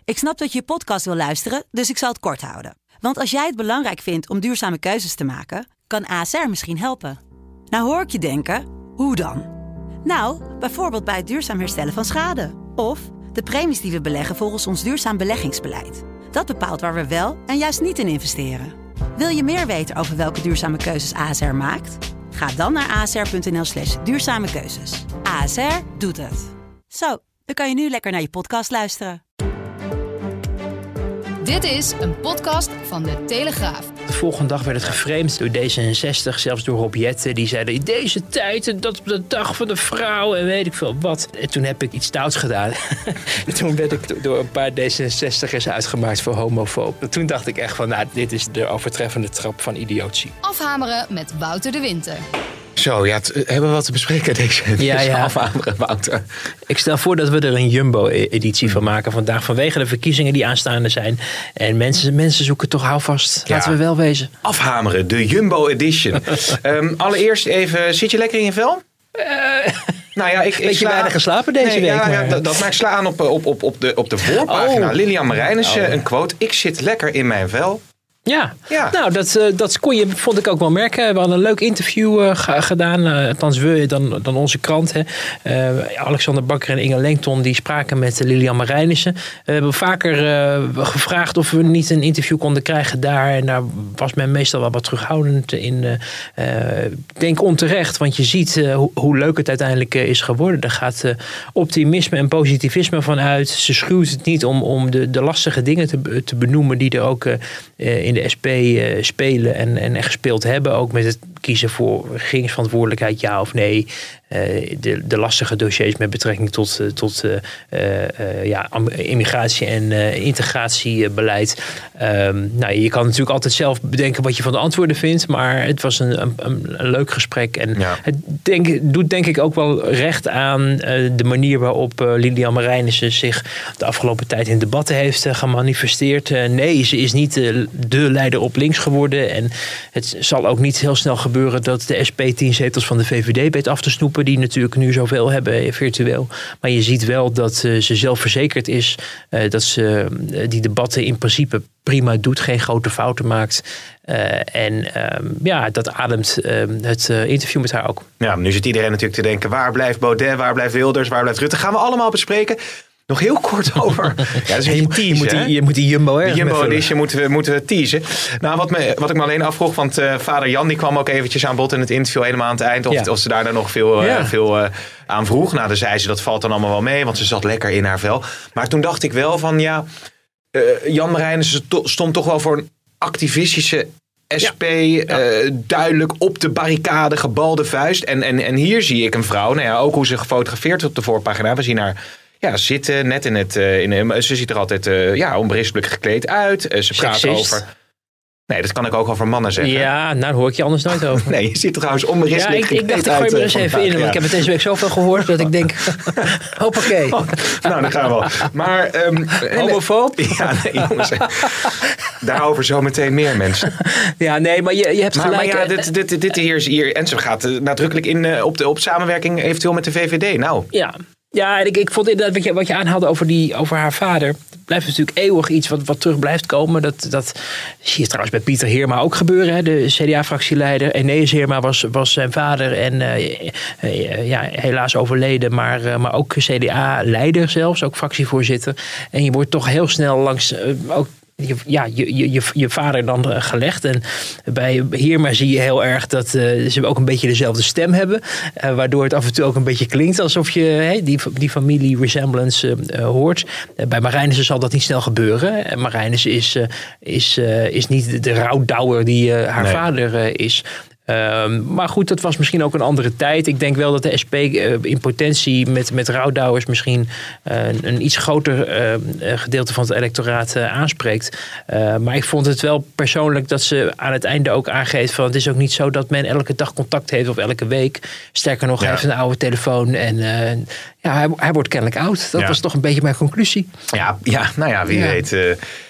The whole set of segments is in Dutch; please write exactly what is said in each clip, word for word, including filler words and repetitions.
Ik snap dat je je podcast wil luisteren, dus ik zal het kort houden. Want als jij het belangrijk vindt om duurzame keuzes te maken, kan A S R misschien helpen. Nou hoor ik je denken, hoe dan? Nou, bijvoorbeeld bij het duurzaam herstellen van schade. Of de premies die we beleggen volgens ons duurzaam beleggingsbeleid. Dat bepaalt waar we wel en juist niet in investeren. Wil je meer weten over welke duurzame keuzes A S R maakt? Ga dan naar asr.nl slash duurzame keuzes. A S R doet het. Zo, dan kan je nu lekker naar je podcast luisteren. Dit is een podcast van De Telegraaf. De volgende dag werd het geframed door D zesenzestig, zelfs door Rob Jetten. Die zeiden, in deze tijd, dat de dag van de vrouw en weet ik veel wat. En toen heb ik iets stouts gedaan. Toen werd ik door een paar D zesenzestigers uitgemaakt voor homofoob. En toen dacht ik echt van, nou, dit is de overtreffende trap van idiotie. Afhameren met Wouter de Winter. Zo, ja, t- hebben we wat te bespreken deze, Ja, deze ja. afhameren, Wouter. Ik stel voor dat we er een Jumbo-editie van maken vandaag. Vanwege de verkiezingen die aanstaande zijn. En mensen, mensen zoeken toch houvast. Ja. Laten we wel wezen. Afhameren, de Jumbo Edition. um, allereerst even, zit je lekker in je vel? Uh, nou ja, ik, ik beetje sla... weinig geslapen deze nee, week. Ja, maar... ja, dat, dat maakt sla aan op, op, op, op, de, op de voorpagina. Oh. Lilian Marijnissen, Oh. een quote. Ik zit lekker in mijn vel. Ja, Ja. nou dat, uh, dat kon je, vond ik ook wel merken. We hadden een leuk interview uh, g- gedaan. Uh, althans we, dan, dan onze krant. Hè. Uh, Alexander Bakker en Inge Lengton die spraken met uh, Lilian Marijnissen. Uh, we hebben vaker uh, gevraagd of we niet een interview konden krijgen daar. En daar was men meestal wel wat terughoudend in. Uh, uh, ik denk onterecht, want je ziet uh, hoe, hoe leuk het uiteindelijk uh, is geworden. Er gaat uh, optimisme en positivisme van uit. Ze schuwt het niet om, om de, de lastige dingen te, te benoemen die er ook uh, in de S P uh, spelen en, en gespeeld hebben. Ook met het kiezen voor regeringsverantwoordelijkheid, ja of nee. Uh, de, de lastige dossiers met betrekking tot, uh, tot uh, uh, ja, immigratie- en uh, integratiebeleid. Um, nou, je kan natuurlijk altijd zelf bedenken wat je van de antwoorden vindt. Maar het was een, een, een leuk gesprek. En Ja. het denk, doet denk ik ook wel recht aan uh, de manier waarop uh, Lilian Marijnissen zich de afgelopen tijd in debatten heeft uh, gemanifesteerd. Uh, nee, ze is niet uh, de leider op links geworden. En het zal ook niet heel snel gebeuren dat de S P tien zetels van de V V D weet af te snoepen. Die natuurlijk nu zoveel hebben virtueel. Maar je ziet wel dat uh, ze zelfverzekerd is. Uh, dat ze uh, die debatten in principe prima doet. Geen grote fouten maakt. Uh, en um, ja, dat ademt uh, het uh, interview met haar ook. Ja, nu zit iedereen natuurlijk te denken, waar blijft Baudet, waar blijft Wilders, waar blijft Rutte? Gaan we allemaal bespreken. Nog heel kort over. Ja, dat is een je, tease, je, moet die, hè? je moet die Jumbo erg De Jumbo invullen. Edition moeten we, moeten we teasen. Nou, wat, me, wat ik me alleen afvroeg, want uh, vader Jan die kwam ook eventjes aan bod in het interview helemaal aan het eind. Of, Ja. of ze daar dan nog veel, uh, Ja. veel uh, aan vroeg. Nou, dan zei ze, dat valt dan allemaal wel mee, want ze zat lekker in haar vel. Maar toen dacht ik wel van, ja, uh, Jan Marijnissen stond toch wel voor een activistische S P, ja. uh, duidelijk op de barricade, gebalde vuist. En, en, en hier zie ik een vrouw, nou ja, ook hoe ze gefotografeerd op de voorpagina. We zien haar ja, zitten, net in het... Uh, in, ze ziet er altijd uh, ja, onberispelijk gekleed uit. Uh, ze praat Seksist. over... Nee, dat kan ik ook over mannen zeggen. Ja, nou daar hoor ik je anders nooit over. Nee, je ziet er trouwens Ja, onberispelijk ik, ik gekleed dacht, ik gooi uit. me er uh, eens even vandaag, in. Want ja. ik heb het deze week zoveel gehoord dat ik denk... Hoppakee. Oh, nou, dan gaan we wel. Maar... Um, Homofoob? Ja, nee, jongens. Daarover zometeen meer mensen. Ja, nee, maar je, je hebt Maar, gelijk. maar ja, dit, dit, dit hier is hier... En ze gaat uh, nadrukkelijk in uh, op, de, op samenwerking eventueel met de V V D. Nou... Ja, ja en ik, ik vond inderdaad wat je, wat je aanhaalde over, die, over haar vader. Het blijft natuurlijk eeuwig iets wat, wat terug blijft komen. Dat, dat zie je trouwens bij Pieter Heerma ook gebeuren. Hè? De C D A-fractieleider. Eneas Heerma was, was zijn vader. En uh, uh, ja, helaas overleden. Maar, uh, maar ook C D A-leider zelfs. Ook fractievoorzitter. En je wordt toch heel snel langs... Uh, ook Je, ja, je, je, je, je vader dan uh, gelegd. En bij Heerma zie je heel erg dat uh, ze ook een beetje dezelfde stem hebben. Uh, waardoor het af en toe ook een beetje klinkt alsof je hey, die, die familie resemblance uh, hoort. Uh, bij Marijnissen zal dat niet snel gebeuren. Uh, Marijnissen is, uh, is, uh, is niet de, de rouwdouwer die uh, haar nee. vader uh, is. Um, maar goed, dat was misschien ook een andere tijd. Ik denk wel dat de S P uh, in potentie met, met rouwdouwers misschien uh, een, een iets groter uh, gedeelte van het electoraat uh, aanspreekt. Uh, maar ik vond het wel persoonlijk dat ze aan het einde ook aangeeft van het is ook niet zo dat men elke dag contact heeft of elke week. Sterker nog, hij ja. heeft een oude telefoon en uh, ja, hij, hij wordt kennelijk oud. Dat ja. was toch een beetje mijn conclusie. Ja, ja nou ja, wie Ja. weet... Uh,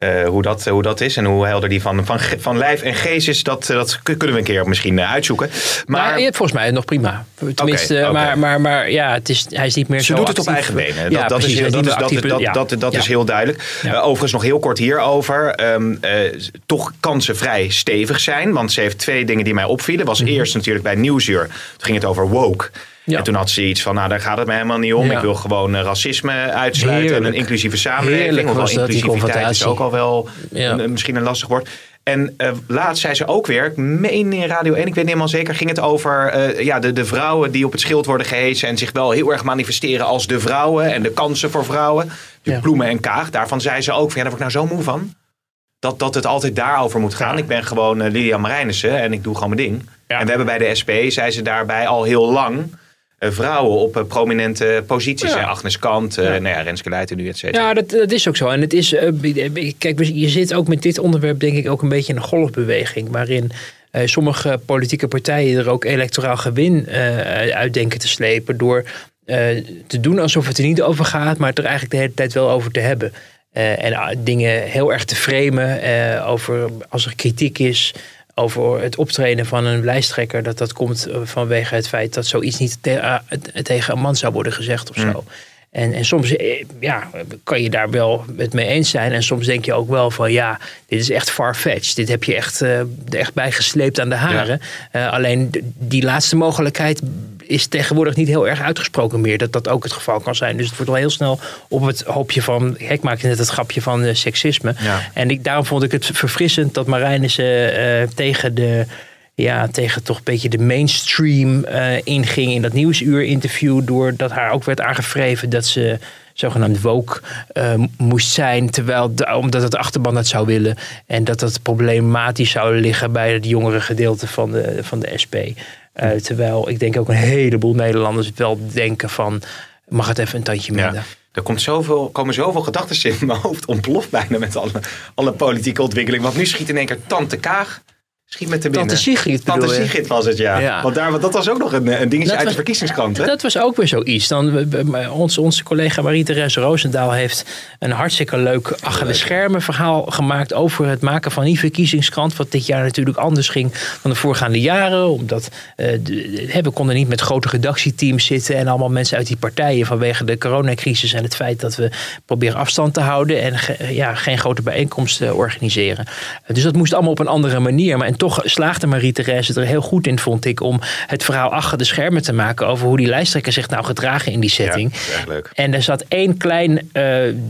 Uh, hoe, dat, uh, hoe dat is en hoe helder die van, van, van lijf en geest is, dat, dat kunnen we een keer misschien uh, uitzoeken. Maar nou, volgens mij nog prima. Tenminste, okay, okay. Maar, maar, maar ja, het is, hij is niet meer Ze zo doet actief. het op eigen benen. Ja, dat, dat, precies, is, heel, dat, is, actief, dat, dat, ja. dat, dat ja. is heel duidelijk. Ja. Uh, overigens nog heel kort hierover. Um, uh, toch kan ze vrij stevig zijn, want ze heeft twee dingen die mij opvielen. Was mm-hmm. eerst natuurlijk bij Nieuwsuur. Toen ging het over woke. Ja. En toen had ze iets van, nou daar gaat het mij helemaal niet om. Ja. Ik wil gewoon uh, racisme uitsluiten Heerlijk. en een inclusieve samenleving. Hoewel inclusiviteit is ook al wel ja. een, misschien een lastig woord. En uh, laatst zei ze ook weer, ik meen in Radio één, ik weet niet helemaal zeker, ging het over uh, ja, de, de vrouwen die op het schild worden gehesen en zich wel heel erg manifesteren als de vrouwen en de kansen voor vrouwen. Ja. Ploemen en Kaag. Daarvan zei ze ook van, ja, daar word ik nou zo moe van. Dat, dat het altijd daarover moet gaan. Ja. Ik ben gewoon uh, Lilian Marijnissen en ik doe gewoon mijn ding. Ja. En we hebben bij de S P, zei ze daarbij al heel lang, vrouwen op uh, prominente posities. Ja. Hè? Agnes Kant, uh, ja. Nou ja, Renske Leijten nu, et cetera. Ja, dat, dat is ook zo. En het is, uh, kijk, je zit ook met dit onderwerp denk ik ook een beetje in een golfbeweging. Waarin uh, sommige politieke partijen er ook electoraal gewin uh, uit denken te slepen. Door uh, te doen alsof het er niet over gaat, maar het er eigenlijk de hele tijd wel over te hebben. Uh, en uh, dingen heel erg te framen uh, over als er kritiek is over het optreden van een lijsttrekker, dat dat komt vanwege het feit dat zoiets niet te, uh, tegen een man zou worden gezegd of zo. Mm. En, en soms ja, kan je daar wel het mee eens zijn. En soms denk je ook wel van ja, dit is echt far-fetched. Dit heb je echt, uh, echt bijgesleept aan de haren. Ja. Uh, alleen die laatste mogelijkheid is tegenwoordig niet heel erg uitgesproken meer. Dat dat ook het geval kan zijn. Dus het wordt wel heel snel op het hoopje van, ik maakte net het grapje van uh, seksisme. Ja. En ik, daarom vond ik het verfrissend dat Marijnissen uh, tegen de Ja, tegen toch een beetje de mainstream uh, inging in dat Nieuwsuur-interview. Doordat haar ook werd aangevreven dat ze zogenaamd woke uh, moest zijn. Terwijl de, omdat het achterban dat zou willen. En dat dat problematisch zou liggen bij het jongere gedeelte van de, van de S P. Uh, terwijl ik denk ook een heleboel Nederlanders wel denken van, mag het even een tandje minder. Ja. Er komt zoveel, komen zoveel gedachten in mijn hoofd. Ontploft bijna met alle, alle politieke ontwikkeling. Want nu schiet in één keer Tante Kaag. Schiet met de binnen. Tante Sigrid Tante Sigrid was het, ja. ja. Want daar, dat was ook nog een, een dingetje dat uit was, de verkiezingskrant. Hè? Dat was ook weer zoiets. Dan, ons, onze collega Marie-Therese Roosendaal heeft een hartstikke leuk achter de schermen verhaal gemaakt over het maken van die verkiezingskrant. Wat dit jaar natuurlijk anders ging dan de voorgaande jaren. Omdat uh, de, we konden niet met grote redactieteams zitten en allemaal mensen uit die partijen vanwege de coronacrisis en het feit dat we proberen afstand te houden en ge, ja, geen grote bijeenkomsten organiseren. Uh, dus dat moest allemaal op een andere manier. Maar en toch slaagde Marie-Therese er heel goed in, vond ik, om het verhaal achter de schermen te maken over hoe die lijsttrekkers zich nou gedragen in die setting. Ja, dat is echt leuk. En er zat één klein uh, uh,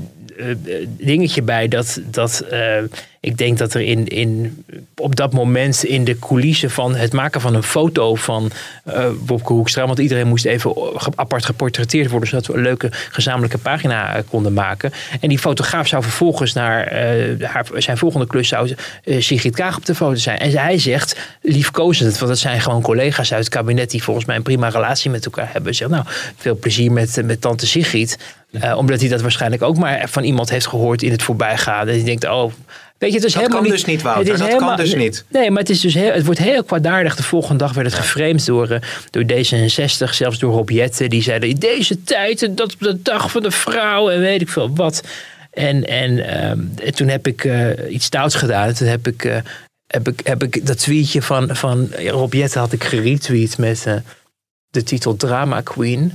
dingetje bij dat, dat uh, ik denk dat er in, in, op dat moment in de coulissen van het maken van een foto van uh, Wopke Hoekstra, want iedereen moest even apart geportretteerd worden, zodat we een leuke gezamenlijke pagina uh, konden maken. En die fotograaf zou vervolgens naar uh, haar, zijn volgende klus zou uh, Sigrid Kaag op de foto zijn. En hij zegt, liefkozend, want dat zijn gewoon collega's uit het kabinet die volgens mij een prima relatie met elkaar hebben. Zegt, nou, veel plezier met, met tante Sigrid. Uh, omdat hij dat waarschijnlijk ook maar van iemand heeft gehoord in het voorbijgaan. En die denkt, oh, weet je, het is dat helemaal kan niet, dus niet, Wouter. Dat helemaal, kan dus niet. Nee, maar het, is dus heel, het wordt heel kwaadaardig. De volgende dag werd het ja. geframed door, door D zesenzestig, zelfs door Rob Jetten. Die zeiden, in deze tijd, dat de dag van de vrouw en weet ik veel wat. En, en, um, en toen heb ik uh, iets stouts gedaan. Toen heb ik, uh, heb ik, heb ik dat tweetje van, van Rob Jetten had ik geretweet met uh, de titel Drama Queen.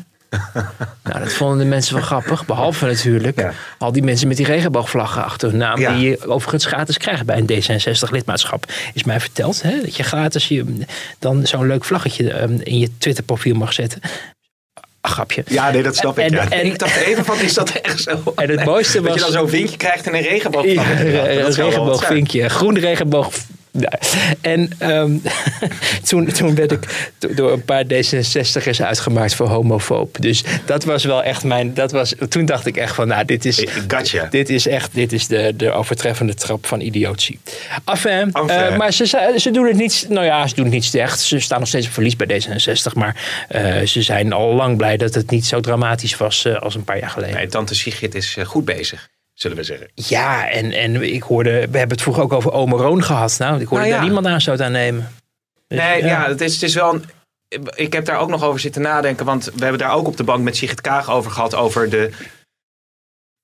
Nou, dat vonden de mensen wel grappig. Behalve natuurlijk ja. al die mensen met die regenboogvlaggen achter hun naam. Ja. Die je overigens gratis krijgt bij een D zesenzestig lidmaatschap. Is mij verteld. Hè, dat je gratis je, dan zo'n leuk vlaggetje um, in je Twitter profiel mag zetten. Ach, grapje. Ja, nee, dat snap en, ik. Ja. En, ik dacht even van, is dat echt zo? En het mooiste was, dat je dan zo'n vinkje krijgt en een regenboogvlag. Ja, een regenboogvinkje. Groen regenboog. Ja. En um, toen, toen werd ik door een paar D zesenzestigers uitgemaakt voor homofoob. Dus dat was wel echt mijn... Dat was, toen dacht ik echt van, nou, dit is... Gotcha. Dit is echt dit is de, de overtreffende trap van idiotie. Enfin, enfin. Uh, maar ze, ze doen het niet... Nou ja, ze doen het niet slecht. Ze staan nog steeds op verlies bij D zesenzestig. Maar uh, ze zijn al lang blij dat het niet zo dramatisch was uh, als een paar jaar geleden. Nee, tante Sigrid is uh, goed bezig. Zullen we zeggen. Ja, en, en ik hoorde... We hebben het vroeger ook over Ome Roon gehad. Nou, ik hoorde nou ja. daar niemand aanstoot aan nemen. Dus, nee, ja, ja het, is, het is wel... Een, ik heb daar ook nog over zitten nadenken. Want we hebben daar ook op de bank met Sigrid Kaag over gehad. Over de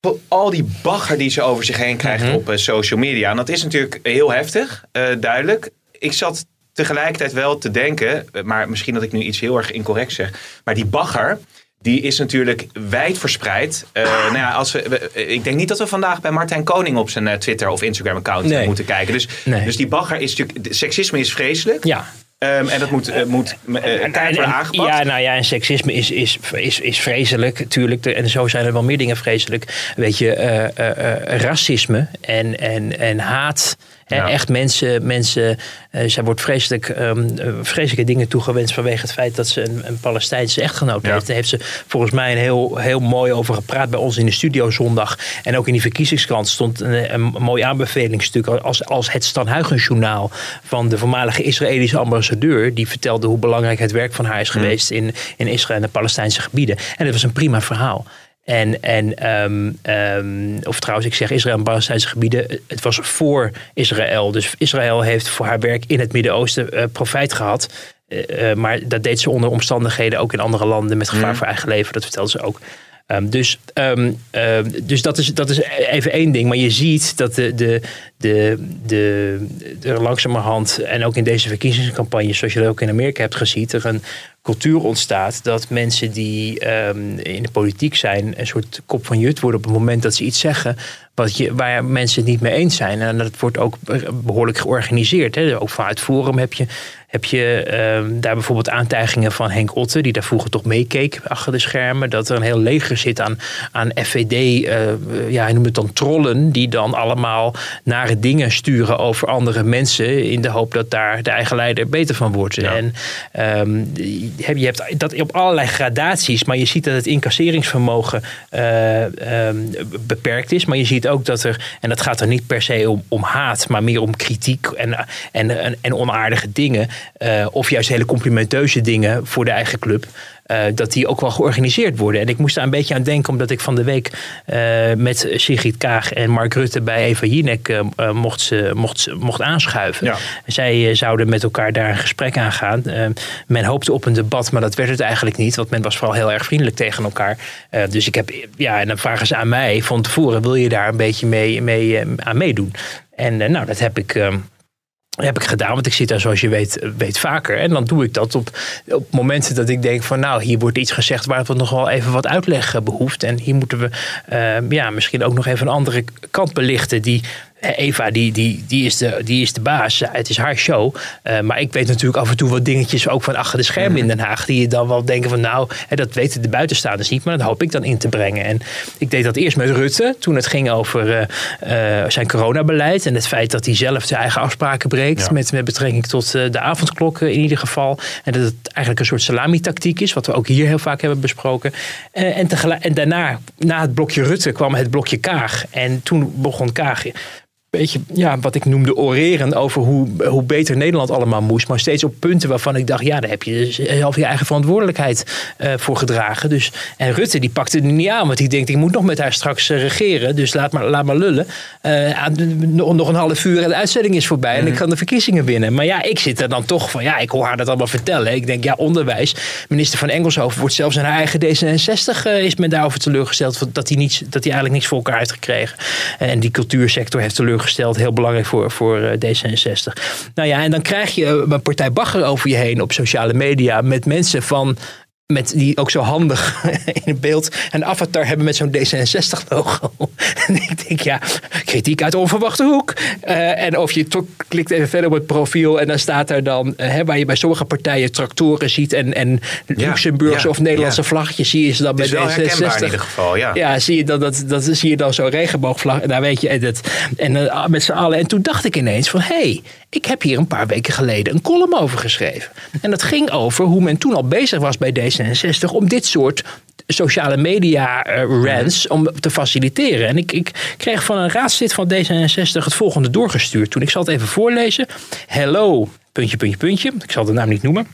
al die bagger die ze over zich heen krijgt mm-hmm. op uh, social media. En dat is natuurlijk heel heftig, uh, duidelijk. Ik zat tegelijkertijd wel te denken, maar misschien dat ik nu iets heel erg incorrect zeg. Maar die bagger, die is natuurlijk wijd verspreid. Uh, nou ja, als we, we, ik denk niet dat we vandaag bij Martijn Koning op zijn uh, Twitter of Instagram account nee. moeten kijken. Dus, nee. dus die bagger is natuurlijk, seksisme is vreselijk. Ja. Um, en dat moet, uh, moet uh, tijd worden aangepakt. Ja, nou ja, en seksisme is, is, is, is vreselijk, natuurlijk. En zo zijn er wel meer dingen vreselijk. Weet je, uh, uh, uh, racisme en, en, en haat. Ja. Echt mensen, mensen uh, zij wordt vreselijk, um, vreselijke dingen toegewenst vanwege het feit dat ze een, een Palestijnse echtgenoot ja. heeft. Daar heeft ze volgens mij een heel, heel mooi over gepraat bij ons in de studio zondag. En ook in die verkiezingskrant stond een, een mooi aanbevelingsstuk als, als het Stan Huygens-journaal van de voormalige Israëlische ambassadeur. Die vertelde hoe belangrijk het werk van haar is geweest mm. in, in Israël en de Palestijnse gebieden. En dat was een prima verhaal. En, en um, um, of trouwens, ik zeg Israël en Palestijnse gebieden. Het was voor Israël. Dus Israël heeft voor haar werk in het Midden-Oosten uh, profijt gehad. Uh, uh, maar dat deed ze onder omstandigheden ook in andere landen met gevaar mm. voor eigen leven. Dat vertelde ze ook. Um, dus um, uh, dus dat, is, dat is even één ding. Maar je ziet dat de, de, de, de, de langzamerhand, en ook in deze verkiezingscampagne, zoals je dat ook in Amerika hebt gezien, er een cultuur ontstaat dat mensen die um, in de politiek zijn een soort kop van jut worden op het moment dat ze iets zeggen wat je, waar mensen het niet mee eens zijn. En dat wordt ook behoorlijk georganiseerd. Hè. Ook vanuit Forum heb je, heb je um, daar bijvoorbeeld aantijgingen van Henk Otte, die daar vroeger toch meekeek achter de schermen, dat er een heel leger zit aan, aan F V D, uh, ja, hij noemt het dan trollen, die dan allemaal nare dingen sturen over andere mensen in de hoop dat daar de eigen leider beter van wordt. Ja. En um, je hebt dat op allerlei gradaties, maar je ziet dat het incasseringsvermogen uh, um, beperkt is. Maar je ziet ook dat er, en dat gaat er niet per se om, om haat, maar meer om kritiek en, en, en, en onaardige dingen. Uh, of juist hele complimenteuze dingen voor de eigen club. Uh, dat die ook wel georganiseerd worden. En ik moest daar een beetje aan denken, omdat ik van de week uh, met Sigrid Kaag en Mark Rutte bij Eva Jinek uh, uh, mocht, ze, mocht, mocht aanschuiven. Ja. Zij uh, zouden met elkaar daar een gesprek aangaan. Uh, men hoopte op een debat, maar dat werd het eigenlijk niet. Want men was vooral heel erg vriendelijk tegen elkaar. Uh, dus ik heb, ja, en dan vragen ze aan mij van tevoren, wil je daar een beetje mee, mee uh, aan meedoen? En uh, nou, dat heb ik Uh, heb ik gedaan, want ik zit daar zoals je weet, weet vaker. En dan doe ik dat op, op momenten dat ik denk van nou, hier wordt iets gezegd waar het nog wel even wat uitleg behoeft. En hier moeten we uh, ja, misschien ook nog even een andere kant belichten die Eva, die, die, die, is de, die is de baas. Het is haar show. Uh, maar ik weet natuurlijk af en toe wat dingetjes ook van achter de schermen in Den Haag. Die je dan wel denken van nou, hè, dat weten de buitenstaanders niet. Maar dat hoop ik dan in te brengen. En ik deed dat eerst met Rutte. Toen het ging over uh, uh, zijn coronabeleid. En het feit dat hij zelf zijn eigen afspraken breekt. Ja. Met, met betrekking tot uh, de avondklokken in ieder geval. En dat het eigenlijk een soort salamitactiek is. Wat we ook hier heel vaak hebben besproken. Uh, en, tegelijk, en daarna, na het blokje Rutte, kwam het blokje Kaag. En toen begon Kaag beetje, ja, wat ik noemde oreren over hoe, hoe beter Nederland allemaal moest. Maar steeds op punten waarvan ik dacht, ja, daar heb je zelf je eigen verantwoordelijkheid uh, voor gedragen. Dus, en Rutte, die pakte er niet aan. Want die denkt, ik moet nog met haar straks uh, regeren. Dus laat maar, laat maar lullen. Uh, nog, nog een half uur en de uitzending is voorbij. Mm-hmm. En ik kan de verkiezingen winnen. Maar ja, ik zit er dan toch van, ja, ik hoor haar dat allemaal vertellen. Ik denk, ja, onderwijs. Minister van Engelshoven wordt zelfs in haar eigen D zesenzestig uh, is men daarover teleurgesteld. Dat hij, niets, dat hij eigenlijk niks voor elkaar heeft gekregen. Uh, en die cultuursector heeft teleurgesteld. Gesteld, heel belangrijk voor, voor D zesenzestig. Nou ja, en dan krijg je een partij bagger over je heen op sociale media met mensen van, met die ook zo handig in het beeld een avatar hebben met zo'n D zesenzestig-logo. En ik denk, ja, kritiek uit onverwachte hoek. Uh, en of je to- klikt even verder op het profiel en dan staat er dan, uh, hè, waar je bij sommige partijen tractoren ziet en, en ja, Luxemburgse ja, of Nederlandse ja. vlaggetjes, zie je ze dan bij D zesenzestig. In ieder geval, ja. Ja, zie je dan, dat, dat, zie je dan zo'n regenboogvlag. En daar weet je, en, dat, en uh, met z'n allen. En toen dacht ik ineens van, hé, hey, ik heb hier een paar weken geleden een column over geschreven. En dat ging over hoe men toen al bezig was bij D zesenzestig om dit soort sociale media uh, rants om te faciliteren. En ik, ik kreeg van een raadslid van D zesenzestig het volgende doorgestuurd. Toen, ik zal het even voorlezen. Hello, puntje, puntje, puntje. Ik zal de naam niet noemen.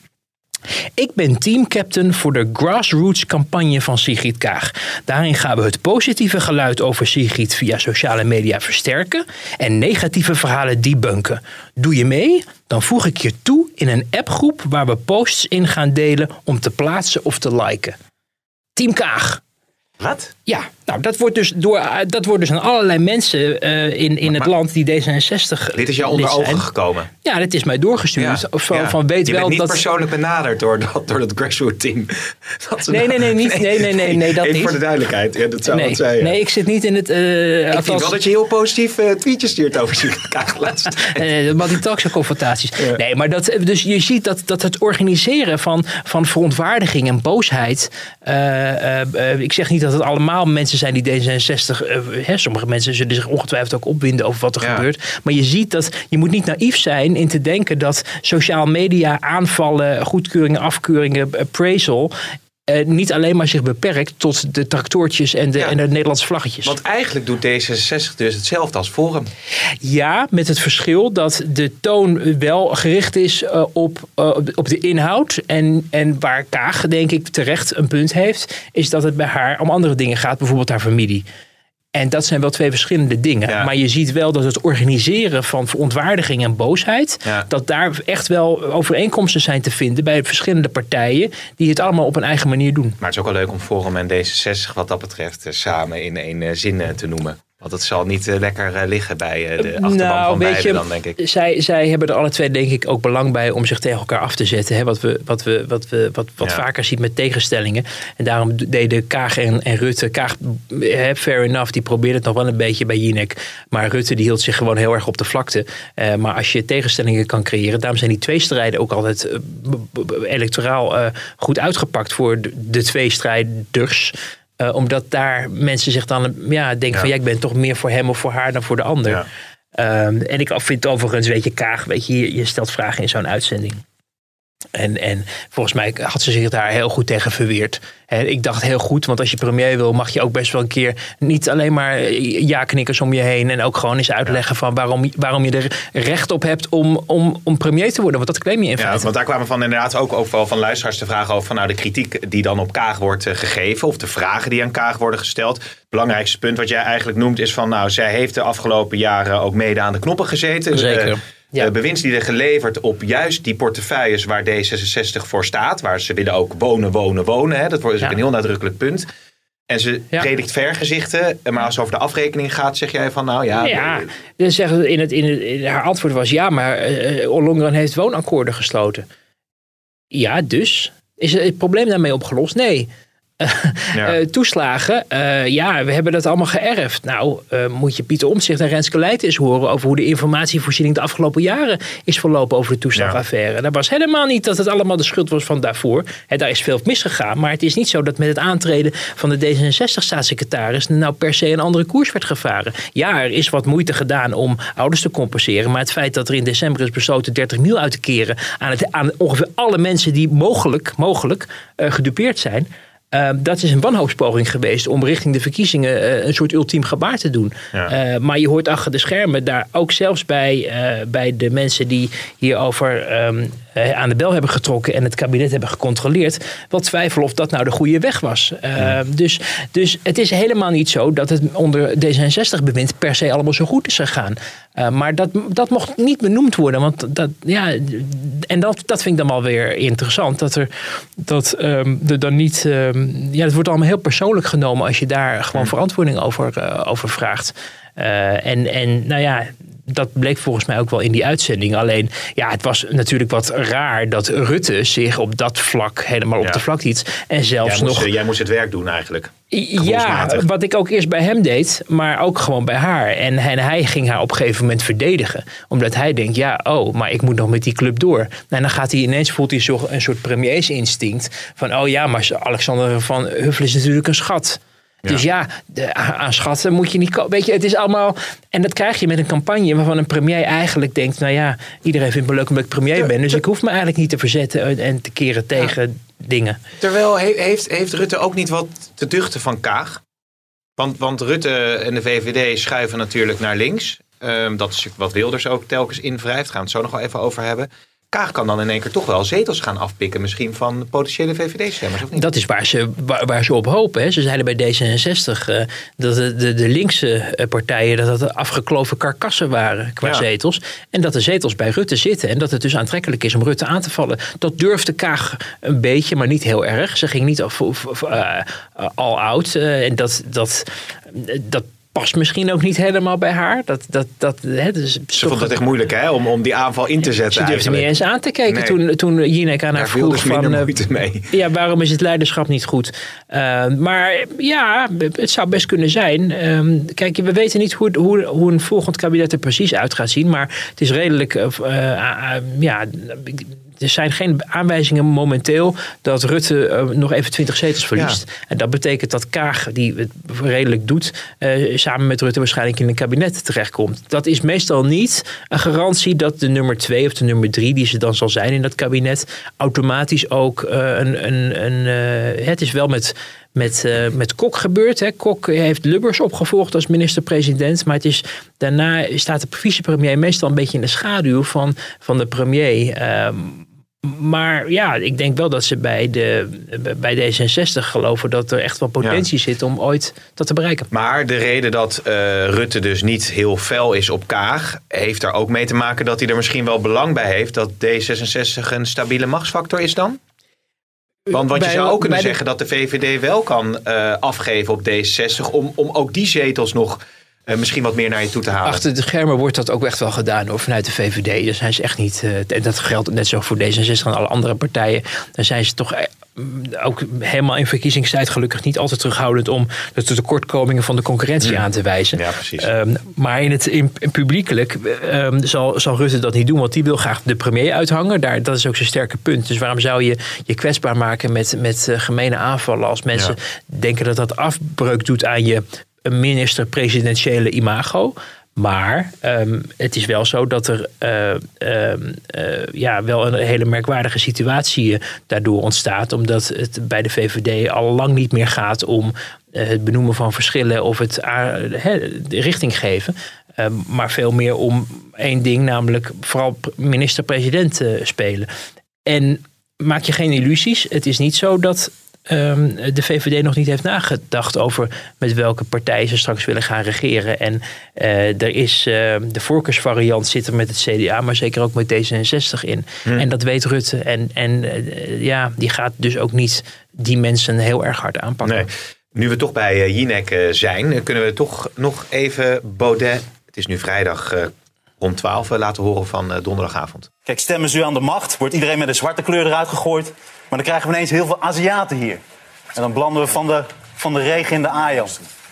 Ik ben teamcaptain voor de grassroots campagne van Sigrid Kaag. Daarin gaan we het positieve geluid over Sigrid via sociale media versterken en negatieve verhalen debunken. Doe je mee? Dan voeg ik je toe in een appgroep waar we posts in gaan delen om te plaatsen of te liken. Team Kaag. Wat? Ja, Nou, dat wordt dus, door, dat wordt dus aan allerlei mensen uh, in, in maar, het land die D zesenzestig Dit is jou onder ogen gekomen? Ja, dat is mij doorgestuurd. Ja, van, ja. van weet Je wel bent niet dat... persoonlijk benaderd door dat, door dat grassroots team? Dat nee, nee, nee, niet, nee, nee, nee, nee, dat Even niet. voor de duidelijkheid, ja, dat zou nee, wat zijn. Ja. Nee, ik zit niet in het... Uh, ik althans... vind wel dat je heel positief uh, tweetjes stuurt over Kaag-laatst. Nee, maar die talkshow-confrontaties. Ja. Nee, maar dat, dus je ziet dat, dat het organiseren van, van verontwaardiging en boosheid... Uh, uh, uh, ik zeg niet dat het allemaal mensen zijn die D zesenzestig... Uh, hè, sommige mensen zullen zich ongetwijfeld ook opwinden over wat er ja. gebeurt. Maar je ziet dat je moet niet naïef zijn in te denken dat sociaal media aanvallen, goedkeuringen, afkeuringen, appraisal... Uh, niet alleen maar zich beperkt tot de tractoortjes en de, ja. en de Nederlandse vlaggetjes. Want eigenlijk doet D zesenzestig dus hetzelfde als Forum. Ja, met het verschil dat de toon wel gericht is uh, op, uh, op de inhoud. En, en waar Kaag, denk ik, terecht een punt heeft, is dat het bij haar om andere dingen gaat. Bijvoorbeeld haar familie. En dat zijn wel twee verschillende dingen. Ja. Maar je ziet wel dat het organiseren van verontwaardiging en boosheid... Ja. dat daar echt wel overeenkomsten zijn te vinden bij verschillende partijen... die het allemaal op een eigen manier doen. Maar het is ook wel leuk om Forum en D zesenzestig wat dat betreft samen in één zin te noemen. Want het zal niet uh, lekker uh, liggen bij uh, de achterban nou, van beide je, dan, denk ik. Zij, zij hebben er alle twee, denk ik, ook belang bij om zich tegen elkaar af te zetten. Hè? Wat we, wat we, wat we wat, wat ja. vaker ziet met tegenstellingen. En daarom deden Kaag en, en Rutte... Kaag, fair enough, die probeerde het nog wel een beetje bij Jinek. Maar Rutte die hield zich gewoon heel erg op de vlakte. Uh, maar als je tegenstellingen kan creëren... daarom zijn die twee strijden ook altijd uh, b- b- electoraal uh, goed uitgepakt voor de, de twee strijders... Uh, omdat daar mensen zich dan ja, denken ja. van... ja, ik ben toch meer voor hem of voor haar dan voor de ander. Ja. Um, en ik vind overigens, weet je, Kaag... weet je, je, je stelt vragen in zo'n uitzending. En, en volgens mij had ze zich daar heel goed tegen verweerd. En ik dacht heel goed, want als je premier wil... mag je ook best wel een keer niet alleen maar ja-knikkers om je heen... en ook gewoon eens uitleggen van waarom, waarom je er recht op hebt... Om, om, om premier te worden, want dat claim je in feite. Ja, want daar kwamen van inderdaad ook, ook wel van luisteraars de vraag over... van nou, de kritiek die dan op Kaag wordt uh, gegeven... of de vragen die aan Kaag worden gesteld. Het belangrijkste punt wat jij eigenlijk noemt is van... nou, zij heeft de afgelopen jaren ook mede aan de knoppen gezeten. Zeker. Uh, Ja. Uh, bewindslieden geleverd op juist die portefeuilles waar D zesenzestig voor staat. Waar ze willen ook wonen, wonen, wonen. Hè. Dat is ja. ook een heel nadrukkelijk punt. En ze ja. predikt vergezichten. Maar als het over de afrekening gaat, zeg jij van nou ja... Ja, dan zeggen in het, in het, in haar antwoord was ja, maar uh, Ollongren heeft woonakkoorden gesloten. Ja, dus? Is het probleem daarmee opgelost? Nee. Ja. Uh, toeslagen, uh, ja, we hebben dat allemaal geërfd. Nou, uh, moet je Pieter Omtzigt en Renske Leijten eens horen... over hoe de informatievoorziening de afgelopen jaren is verlopen over de toeslagaffaire. Ja. Dat was helemaal niet dat het allemaal de schuld was van daarvoor. He, daar is veel misgegaan, maar het is niet zo dat met het aantreden van de D zesenzestig-staatssecretaris... nou per se een andere koers werd gevaren. Ja, er is wat moeite gedaan om ouders te compenseren... maar het feit dat er in december is besloten dertig mil uit te keren... aan, het, aan ongeveer alle mensen die mogelijk, mogelijk uh, gedupeerd zijn... Uh, dat is een wanhoopspoging geweest om richting de verkiezingen uh, een soort ultiem gebaar te doen. Ja. Uh, maar je hoort achter de schermen daar ook zelfs bij, uh, bij de mensen die hierover um, uh, aan de bel hebben getrokken en het kabinet hebben gecontroleerd, wel twijfelen of dat nou de goede weg was. Uh, ja. dus, dus het is helemaal niet zo dat het onder D zesenzestig-bewind per se allemaal zo goed is gegaan. Uh, maar dat, dat mocht niet benoemd worden. Want dat, ja, en dat, dat vind ik dan wel weer interessant. Dat er, dat, um, er dan niet... Um, ja, het wordt allemaal heel persoonlijk genomen als je daar gewoon verantwoording over, uh, over vraagt. Uh, en, en nou ja... Dat bleek volgens mij ook wel in die uitzending. Alleen, ja, het was natuurlijk wat raar dat Rutte zich op dat vlak helemaal op ja. de vlak liet. En zelfs jij moest, nog... Jij moest het werk doen eigenlijk. Ja, wat ik ook eerst bij hem deed, maar ook gewoon bij haar. En, en hij ging haar op een gegeven moment verdedigen. Omdat hij denkt, ja, oh, maar ik moet nog met die club door. En dan gaat hij ineens, voelt hij zo een soort premiersinstinct. Van, oh ja, maar Alexander van Huffel is natuurlijk een schat. Ja. Dus ja, de, aan schatten moet je niet komen. Weet je, het is allemaal... En dat krijg je met een campagne waarvan een premier eigenlijk denkt... nou ja, iedereen vindt me leuk omdat ik premier ben. Dus ik hoef me eigenlijk niet te verzetten en te keren tegen ja. dingen. Terwijl heeft, heeft Rutte ook niet wat te duchten van Kaag? Want, want Rutte en de V V D schuiven natuurlijk naar links. Um, dat is wat Wilders ook telkens invrijft. Daar gaan we het zo nog wel even over hebben. Kaag kan dan in één keer toch wel zetels gaan afpikken. Misschien van potentiële V V D-stemmers, of niet? Dat is waar ze, waar, waar ze op hopen. Hè. Ze zeiden bij D zesenzestig uh, dat de, de, de linkse partijen dat dat afgekloven karkassen waren qua ja. zetels. En dat de zetels bij Rutte zitten. En dat het dus aantrekkelijk is om Rutte aan te vallen. Dat durfde Kaag een beetje, maar niet heel erg. Ze ging niet af, of, of, uh, all out. Uh, en dat... dat, dat past misschien ook niet helemaal bij haar. Dat, dat, dat, hè, dus ze vond het echt moeilijk hè, om, om die aanval in te zetten. Ze durfde niet eens aan te kijken nee. toen, toen Jinek aan haar Daar vroeg dus van... moeite mee. Ja, waarom is het leiderschap niet goed? Uh, maar ja, het zou best kunnen zijn. Um, kijk, we weten niet hoe, hoe, hoe een volgend kabinet er precies uit gaat zien. Maar het is redelijk... Uh, uh, ja... Er zijn geen aanwijzingen momenteel dat Rutte uh, nog even twintig zetels verliest. Ja. En dat betekent dat Kaag, die het redelijk doet, uh, samen met Rutte waarschijnlijk in een kabinet terechtkomt. Dat is meestal niet een garantie dat de nummer twee of de nummer drie, die ze dan zal zijn in dat kabinet, automatisch ook uh, een... een, een uh, het is wel met... Met, uh, met Kok gebeurd. Hè. Kok heeft Lubbers opgevolgd als minister-president. Maar het is, daarna staat de vicepremier meestal een beetje in de schaduw van, van de premier. Uh, maar ja, ik denk wel dat ze bij, de, bij D zesenzestig geloven dat er echt wel potentie ja. zit om ooit dat te bereiken. Maar de reden dat uh, Rutte dus niet heel fel is op Kaag, heeft er ook mee te maken dat hij er misschien wel belang bij heeft dat D zesenzestig een stabiele machtsfactor is dan? Want, want je zou ook kunnen zeggen dat de V V D wel kan uh, afgeven op D zesenzestig... om, om ook die zetels nog uh, misschien wat meer naar je toe te halen. Achter de schermen wordt dat ook echt wel gedaan hoor, vanuit de V V D. Daar zijn ze echt niet... Uh, en dat geldt net zo voor D zesenzestig en alle andere partijen. Daar zijn ze toch... Uh, ook helemaal in verkiezingstijd gelukkig niet altijd terughoudend om de tekortkomingen van de concurrentie hmm. aan te wijzen. Ja, precies. Um, maar in het in, in publiekelijk um, zal, zal Rutte dat niet doen, want die wil graag de premier uithangen. Daar, dat is ook zijn sterke punt. Dus waarom zou je je kwetsbaar maken met, met uh, gemene aanvallen als mensen ja. denken dat dat afbreuk doet aan je minister-presidentiële imago? Maar um, het is wel zo dat er uh, uh, uh, ja, wel een hele merkwaardige situatie uh, daardoor ontstaat. Omdat het bij de V V D al lang niet meer gaat om uh, het benoemen van verschillen of het uh, de richting geven. Uh, maar veel meer om één ding, namelijk vooral minister-president uh, spelen. En maak je geen illusies. Het is niet zo dat... Um, de V V D nog niet heeft nagedacht over met welke partij ze straks willen gaan regeren. En uh, er is uh, de voorkeursvariant zit er met het C D A, maar zeker ook met D zesenzestig in. Hmm. En dat weet Rutte. En, en uh, ja, die gaat dus ook niet die mensen heel erg hard aanpakken. Nee. Nu we toch bij uh, Jinek uh, zijn, kunnen we toch nog even Baudet, het is nu vrijdag uh, om twaalf, uh, laten horen van uh, donderdagavond. Kijk, stemmen ze u aan de macht, wordt iedereen met een zwarte kleur eruit gegooid. Maar dan krijgen we ineens heel veel Aziaten hier. En dan belanden we van de, van de regen in de Ajo.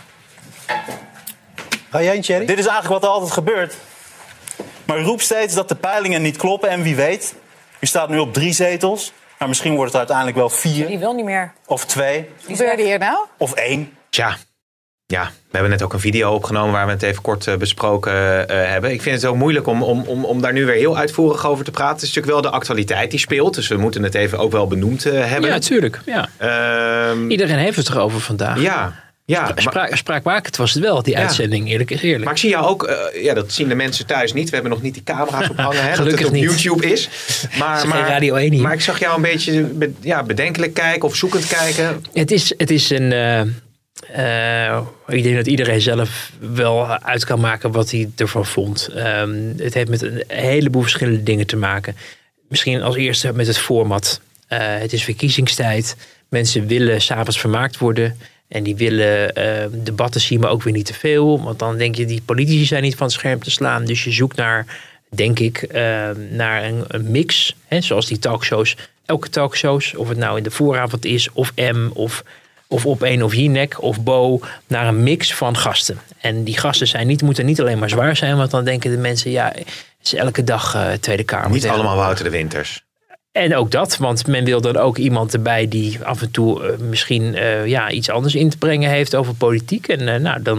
Ga jij een Thierry? Dit is eigenlijk wat er altijd gebeurt. Maar u roept steeds dat de peilingen niet kloppen. En wie weet, u staat nu op drie zetels. Maar misschien wordt het uiteindelijk wel vier. Die wil niet meer. Of twee. Wat gebeurde hier nou? Of één. Tja. Ja, we hebben net ook een video opgenomen waar we het even kort uh, besproken uh, hebben. Ik vind het ook moeilijk om, om, om, om daar nu weer heel uitvoerig over te praten. Het is natuurlijk wel de actualiteit die speelt. Dus we moeten het even ook wel benoemd uh, hebben. Ja, natuurlijk. Ja. Um, Iedereen heeft het erover vandaag. Ja. Ja, Spra- spraakmakend was het wel, die ja. uitzending, eerlijk is eerlijk. Maar ik zie jou ook, uh, ja, dat zien de mensen thuis niet. We hebben nog niet die camera's ophangen, hè, Gelukkig dat het op niet. YouTube is. Maar, is maar, geen Radio één hier. Maar ik zag jou een beetje be, ja, bedenkelijk kijken of zoekend kijken. Het is, het is een... Uh, Uh, ik denk dat iedereen zelf wel uit kan maken wat hij ervan vond. Um, het heeft met een heleboel verschillende dingen te maken. Misschien als eerste met het format. Uh, het is verkiezingstijd. Mensen willen 's avonds vermaakt worden. En die willen uh, debatten zien, maar ook weer niet te veel. Want dan denk je, die politici zijn niet van het scherm te slaan. Dus je zoekt naar, denk ik, uh, naar een, een mix. Hè, zoals die talkshows. Elke talkshows, of het nou in de vooravond is, of M, of... Of op één of Jinek of Bo, naar een mix van gasten. En die gasten zijn niet, moeten niet alleen maar zwaar zijn, want dan denken de mensen, ja, het is elke dag uh, Tweede Kamer. Niet allemaal Wouter de Winters. En ook dat, want men wil dan ook iemand erbij die af en toe uh, misschien uh, ja, iets anders in te brengen heeft over politiek. En uh, nou, dan,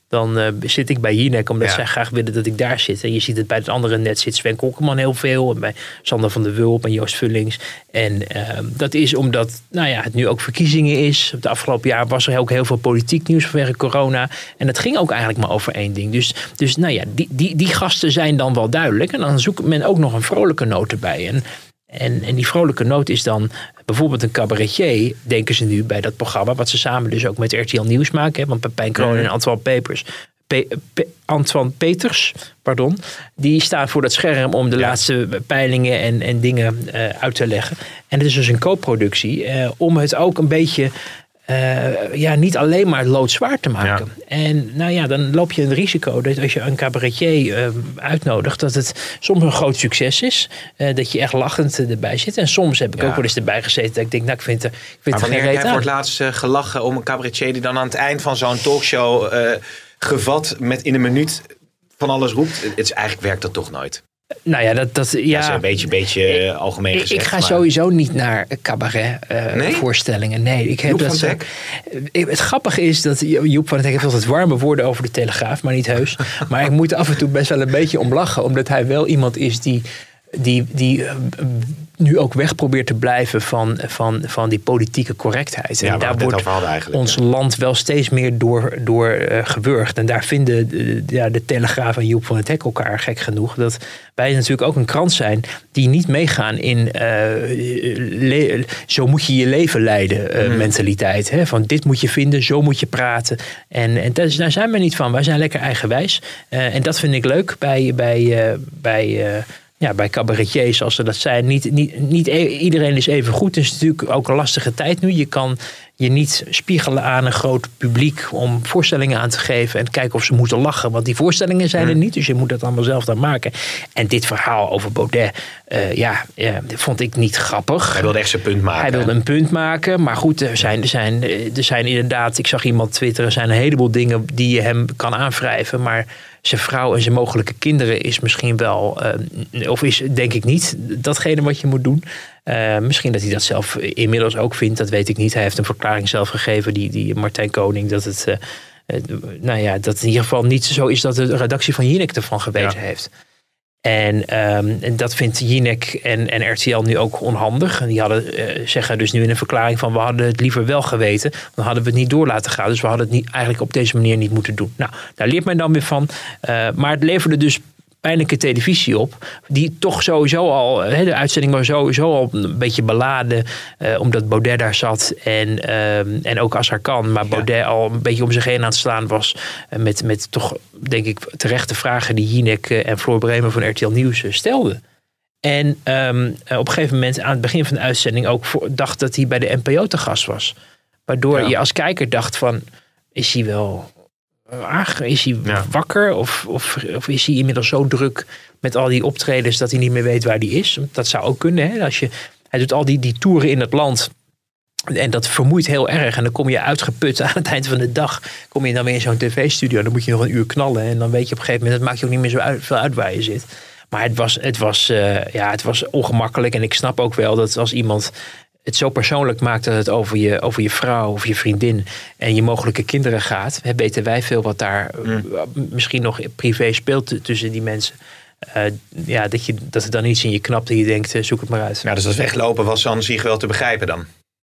dan uh, zit ik bij Jinek, omdat ja. zij graag willen dat ik daar zit. En je ziet het bij het andere net zit Sven Kokkelman heel veel. En bij Sander van der Wulp en Joost Vullings. En uh, dat is omdat nou ja, het nu ook verkiezingen is. Het afgelopen jaar was er ook heel veel politiek nieuws vanwege corona. En het ging ook eigenlijk maar over één ding. Dus, dus nou ja, die, die, die gasten zijn dan wel duidelijk. En dan zoekt men ook nog een vrolijke noot erbij. En, en, en die vrolijke noot is dan bijvoorbeeld een cabaretier, denken ze nu bij dat programma, wat ze samen dus ook met R T L Nieuws maken. Hè, want Pepijn Kroon en Antoine Pepers, Pe, Pe, Antoine Peters, pardon, die staan voor dat scherm om de ja. laatste peilingen en, en dingen uh, uit te leggen. En het is dus een co-productie uh, om het ook een beetje Uh, ja, niet alleen maar loodzwaar te maken. Ja. En nou ja, dan loop je een risico dat als je een cabaretier uh, uitnodigt, dat het soms een groot succes is. Uh, dat je echt lachend erbij zit. En soms heb ik ja. ook wel eens erbij gezeten dat ik denk, nou, ik vind er, ik vind maar er geen reet reet aan. Wanneer jij voor het laatst uh, gelachen om een cabaretier die dan aan het eind van zo'n talkshow uh, gevat met in een minuut van alles roept? Het is eigenlijk werkt dat toch nooit. Nou ja, dat, dat, ja, dat is een beetje, beetje uh, algemeen ik, gezegd. Ik ga maar... sowieso niet naar cabaret uh, nee? voorstellingen. Nee, ik heb Joep dat. van Teck? Uh, het grappige is dat Joep van Teck heeft altijd warme woorden over de Telegraaf, maar niet heus. Maar ik moet af en toe best wel een beetje om lachen, omdat hij wel iemand is die, die, die uh, nu ook weg probeert te blijven van, van, van die politieke correctheid. Ja, en daar wordt ons ja. land wel steeds meer door, door uh, gewurgd. En daar vinden uh, ja, de Telegraaf en Joep van het Hek elkaar gek genoeg. Dat wij natuurlijk ook een krant zijn die niet meegaan in uh, le- zo moet je je leven leiden uh, mm. mentaliteit. Hè? Van dit moet je vinden, zo moet je praten. En, en dat, daar zijn we niet van. Wij zijn lekker eigenwijs. Uh, en dat vind ik leuk bij, bij, uh, bij uh, Ja, bij cabaretiers zoals ze dat zijn. Niet, niet, niet iedereen is even goed. Het is natuurlijk ook een lastige tijd nu. Je kan je niet spiegelen aan een groot publiek om voorstellingen aan te geven en kijken of ze moeten lachen. Want die voorstellingen zijn er niet. Dus je moet dat allemaal zelf dan maken. En dit verhaal over Baudet, uh, ja, uh, vond ik niet grappig. Hij wilde echt zijn punt maken. Hij wilde een punt maken. Maar goed, er zijn, er zijn, er zijn inderdaad, ik zag iemand twitteren, er zijn een heleboel dingen die je hem kan aanwrijven. Maar zijn vrouw en zijn mogelijke kinderen is misschien wel, uh, of is denk ik niet datgene wat je moet doen. Uh, misschien dat hij dat zelf inmiddels ook vindt, dat weet ik niet. Hij heeft een verklaring zelf gegeven, die, die Martijn Koning, dat het, uh, uh, nou ja, dat het in ieder geval niet zo is dat de redactie van Jinek ervan geweten ja. heeft. En, um, en dat vindt Jinek en, en R T L nu ook onhandig. En die hadden, uh, zeggen dus nu in een verklaring van we hadden het liever wel geweten. Dan hadden we het niet door laten gaan. Dus we hadden het niet, eigenlijk op deze manier niet moeten doen. Nou, daar leert men dan weer van. Uh, maar het leverde dus pijnlijke televisie op. Die toch sowieso al, hè, de uitzending was sowieso al een beetje beladen. Uh, omdat Baudet daar zat. En, uh, en ook Azarkan. Maar Baudet ja. al een beetje om zich heen aan het slaan was. Uh, met, met toch, denk ik, terechte vragen die Jinek uh, en Floor Bremer van R T L Nieuws uh, stelden. En um, uh, op een gegeven moment aan het begin van de uitzending ook voor, dacht dat hij bij de N P O te gast was. Waardoor ja. je als kijker dacht van, is hij wel Ach, is hij ja. wakker of, of, of is hij inmiddels zo druk met al die optredens dat hij niet meer weet waar hij is? Dat zou ook kunnen. Hè? Als je, hij doet al die, die toeren in het land en dat vermoeit heel erg. En dan kom je uitgeput aan het eind van de dag. Kom je dan weer in zo'n tv-studio. Dan moet je nog een uur knallen. En dan weet je op een gegeven moment, dat maakt je ook niet meer zo uit, veel uit waar je zit. Maar het was, het, was, uh, ja, het was ongemakkelijk. En ik snap ook wel dat als iemand het zo persoonlijk maakt dat het over je, over je vrouw of je vriendin en je mogelijke kinderen gaat, weten wij veel wat daar mm. misschien nog privé speelt tussen die mensen. Uh, ja, dat, je, dat er dan iets in je knapt en je denkt, uh, zoek het maar uit. Nou, dus dat weglopen was aan zich wel te begrijpen dan?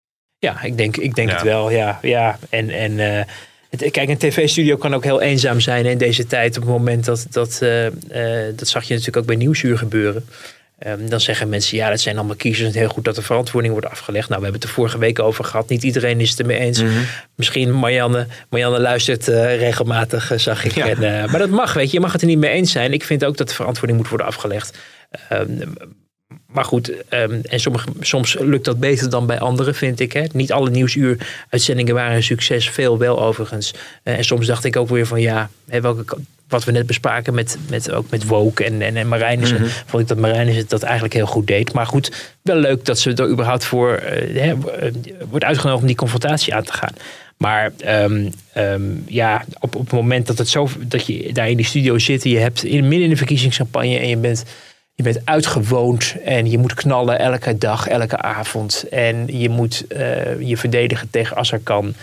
Ja, ik denk, ik denk ja. het wel. Ja, ja. En, en uh, het, kijk, een tv-studio kan ook heel eenzaam zijn in deze tijd. Op het moment dat, dat, uh, uh, dat zag je natuurlijk ook bij Nieuwsuur gebeuren. Um, dan zeggen mensen, ja, dat zijn allemaal kiezers. Het is heel goed dat de verantwoording wordt afgelegd. Nou, we hebben het er vorige week over gehad. Niet iedereen is het ermee eens. Mm-hmm. Misschien Marianne, Marianne luistert uh, regelmatig, uh, zag ik. Ja. En, uh, maar dat mag, weet je. Je mag het er niet mee eens zijn. Ik vind ook dat de verantwoording moet worden afgelegd. Um, maar goed, um, en sommige, soms lukt dat beter dan bij anderen, vind ik. Hè. Niet alle Nieuwsuur-uitzendingen waren een succes. Veel wel, overigens. Uh, en soms dacht ik ook weer van, ja, hè, welke wat we net bespraken met, met, ook met Woke en, en, en Marijnissen. Mm-hmm. Vond ik dat Marijnissen dat eigenlijk heel goed deed. Maar goed, wel leuk dat ze er überhaupt voor uh, hè, wordt uitgenodigd om die confrontatie aan te gaan. Maar um, um, ja, op, op het moment dat, het zo, dat je daar in die studio zit, je hebt in, midden in de verkiezingscampagne en je bent, je bent uitgewoond en je moet knallen elke dag, elke avond. En je moet uh, je verdedigen tegen Azarkan.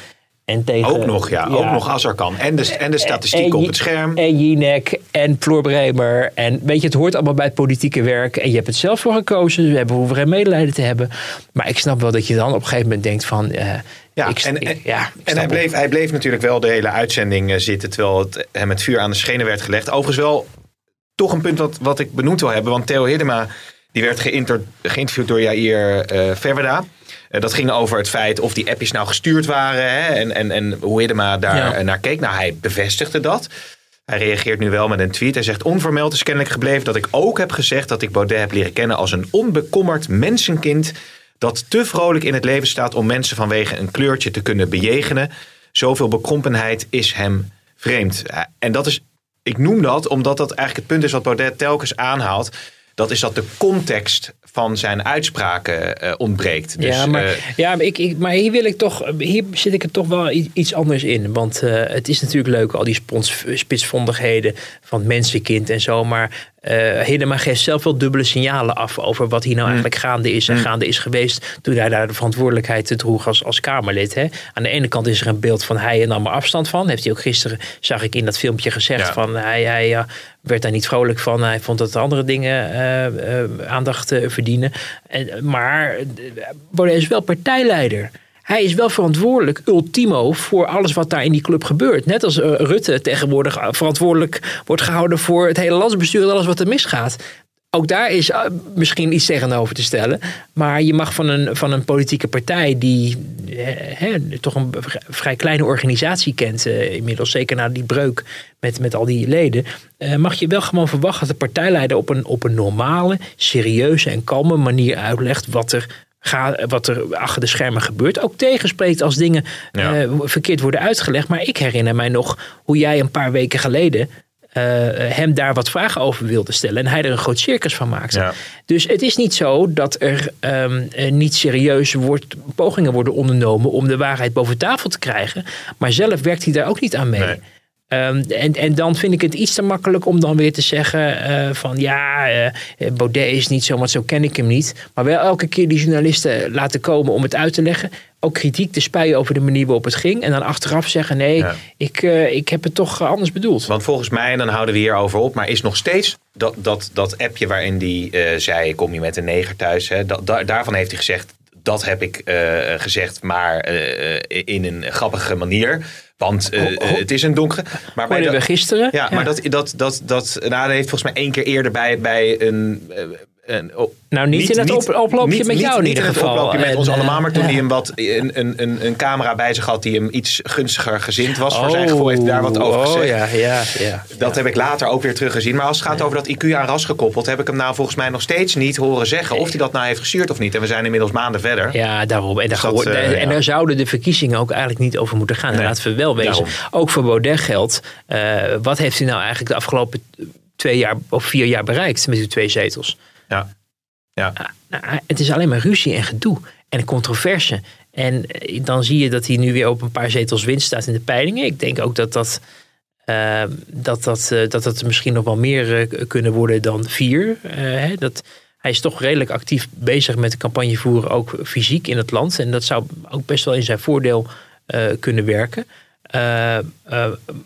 En tegen, ook nog, ja. ja. Ook nog Azarkan. En de, en de statistiek op het scherm. En Jinek en Floor Bremer. En weet je, het hoort allemaal bij het politieke werk. En je hebt het zelf voor gekozen. We hebben hoeven geen medelijden te hebben. Maar ik snap wel dat je dan op een gegeven moment denkt van... Uh, Ja, ik, en, ik, ja, en hij, bleef, hij bleef natuurlijk wel de hele uitzending uh, zitten... terwijl het hem het vuur aan de schenen werd gelegd. Overigens wel toch een punt wat, wat ik benoemd wil hebben. Want Theo Hiddema die werd geïnter, geïnterviewd door Jair uh, Verwerda. Uh, dat ging over het feit of die appjes nou gestuurd waren... Hè, en, en, en hoe Hiddema daar ja. naar keek. Nou, hij bevestigde dat. Hij reageert nu wel met een tweet. Hij zegt: onvermeld is kennelijk gebleven dat ik ook heb gezegd... dat ik Baudet heb leren kennen als een onbekommerd mensenkind... dat te vrolijk in het leven staat om mensen vanwege een kleurtje te kunnen bejegenen. Zoveel bekrompenheid is hem vreemd. En dat is, ik noem dat omdat dat eigenlijk het punt is wat Baudet telkens aanhaalt. Dat is dat de context van zijn uitspraken uh, ontbreekt. Dus, ja, maar, uh, ja maar, ik, ik, maar hier wil ik toch, hier zit ik er toch wel iets anders in. Want uh, het is natuurlijk leuk, al die spons, spitsvondigheden van het mensenkind en zo. Maar uh, Hiddema geeft zelf wel dubbele signalen af over wat hier nou eigenlijk mm. gaande is en mm. gaande is geweest toen hij daar de verantwoordelijkheid droeg als, als Kamerlid. Hè. Aan de ene kant is er een beeld van hij en dan maar afstand van. Heeft hij ook gisteren, zag ik in dat filmpje gezegd, ja. van hij, hij uh, werd daar niet vrolijk van. Hij vond dat andere dingen uh, uh, aandacht uh, verdienen. En, maar Baudet is wel partijleider. Hij is wel verantwoordelijk, ultimo, voor alles wat daar in die club gebeurt. Net als uh, Rutte tegenwoordig verantwoordelijk wordt gehouden voor het hele landsbestuur en alles wat er misgaat. Ook daar is uh, misschien iets tegenover te stellen. Maar je mag van een, van een politieke partij die he, toch een vrij kleine organisatie kent. Uh, inmiddels zeker na die breuk met, met al die leden. Uh, mag je wel gewoon verwachten dat de partijleider op een, op een normale, serieuze en kalme manier uitlegt wat er... Ga, wat er achter de schermen gebeurt. Ook tegenspreekt als dingen ja. uh, verkeerd worden uitgelegd. Maar ik herinner mij nog hoe jij een paar weken geleden... Uh, hem daar wat vragen over wilde stellen. En hij er een groot circus van maakte. Ja. Dus het is niet zo dat er um, uh, niet serieus wordt, pogingen worden ondernomen... om de waarheid boven tafel te krijgen. Maar zelf werkt hij daar ook niet aan mee. Nee. Um, en, en dan vind ik het iets te makkelijk om dan weer te zeggen uh, van ja, uh, Baudet is niet zo, want zo ken ik hem niet. Maar wel elke keer die journalisten laten komen om het uit te leggen. Ook kritiek te spuien over de manier waarop het ging. En dan achteraf zeggen nee, ja. ik, uh, ik heb het toch anders bedoeld. Want volgens mij, en dan houden we hierover op, maar is nog steeds dat, dat, dat appje waarin die uh, zei, kom je met een neger thuis. Hè, dat, da, daarvan heeft hij gezegd, dat heb ik uh, gezegd, maar uh, in een grappige manier. Want uh, oh, oh. het is een donkere. Maar bij we gisteren. Ja, ja, maar dat, dat, dat, dat, nou, dat heeft volgens mij één keer eerder bij, bij een. Uh, een oh, nou, niet, niet in het op, oploopje niet, met jou niet, in ieder niet geval. Niet in het oploopje met ons allemaal, maar toen ja. hij hem wat een, een, een, een camera bij zich had die hem iets gunstiger gezind was. Oh, voor zijn gevoel heeft hij daar wat over oh, gezegd. Ja, ja, ja, dat ja. heb ik later ook weer teruggezien. Maar als het gaat ja. over dat I Q aan ras gekoppeld, heb ik hem nou volgens mij nog steeds niet horen zeggen nee. of hij dat nou heeft gestuurd of niet. En we zijn inmiddels maanden verder. Ja, daarom. En, daar, dus dat, uh, en ja. daar zouden de verkiezingen ook eigenlijk niet over moeten gaan. Nee. En laten we wel wezen. Daarom. Ook voor Baudet geldt. Uh, wat heeft hij nou eigenlijk de afgelopen twee jaar of vier jaar bereikt met die twee zetels? Ja. Ja. Uh, nou, het is alleen maar ruzie en gedoe en controverse. En uh, dan zie je dat hij nu weer op een paar zetels winst staat in de peilingen. Ik denk ook dat dat, uh, dat, dat, uh, dat het misschien nog wel meer uh, kunnen worden dan vier. Uh, hè, dat, hij is toch redelijk actief bezig met de campagne voeren, ook fysiek in het land. En dat zou ook best wel in zijn voordeel uh, kunnen werken. Uh, uh,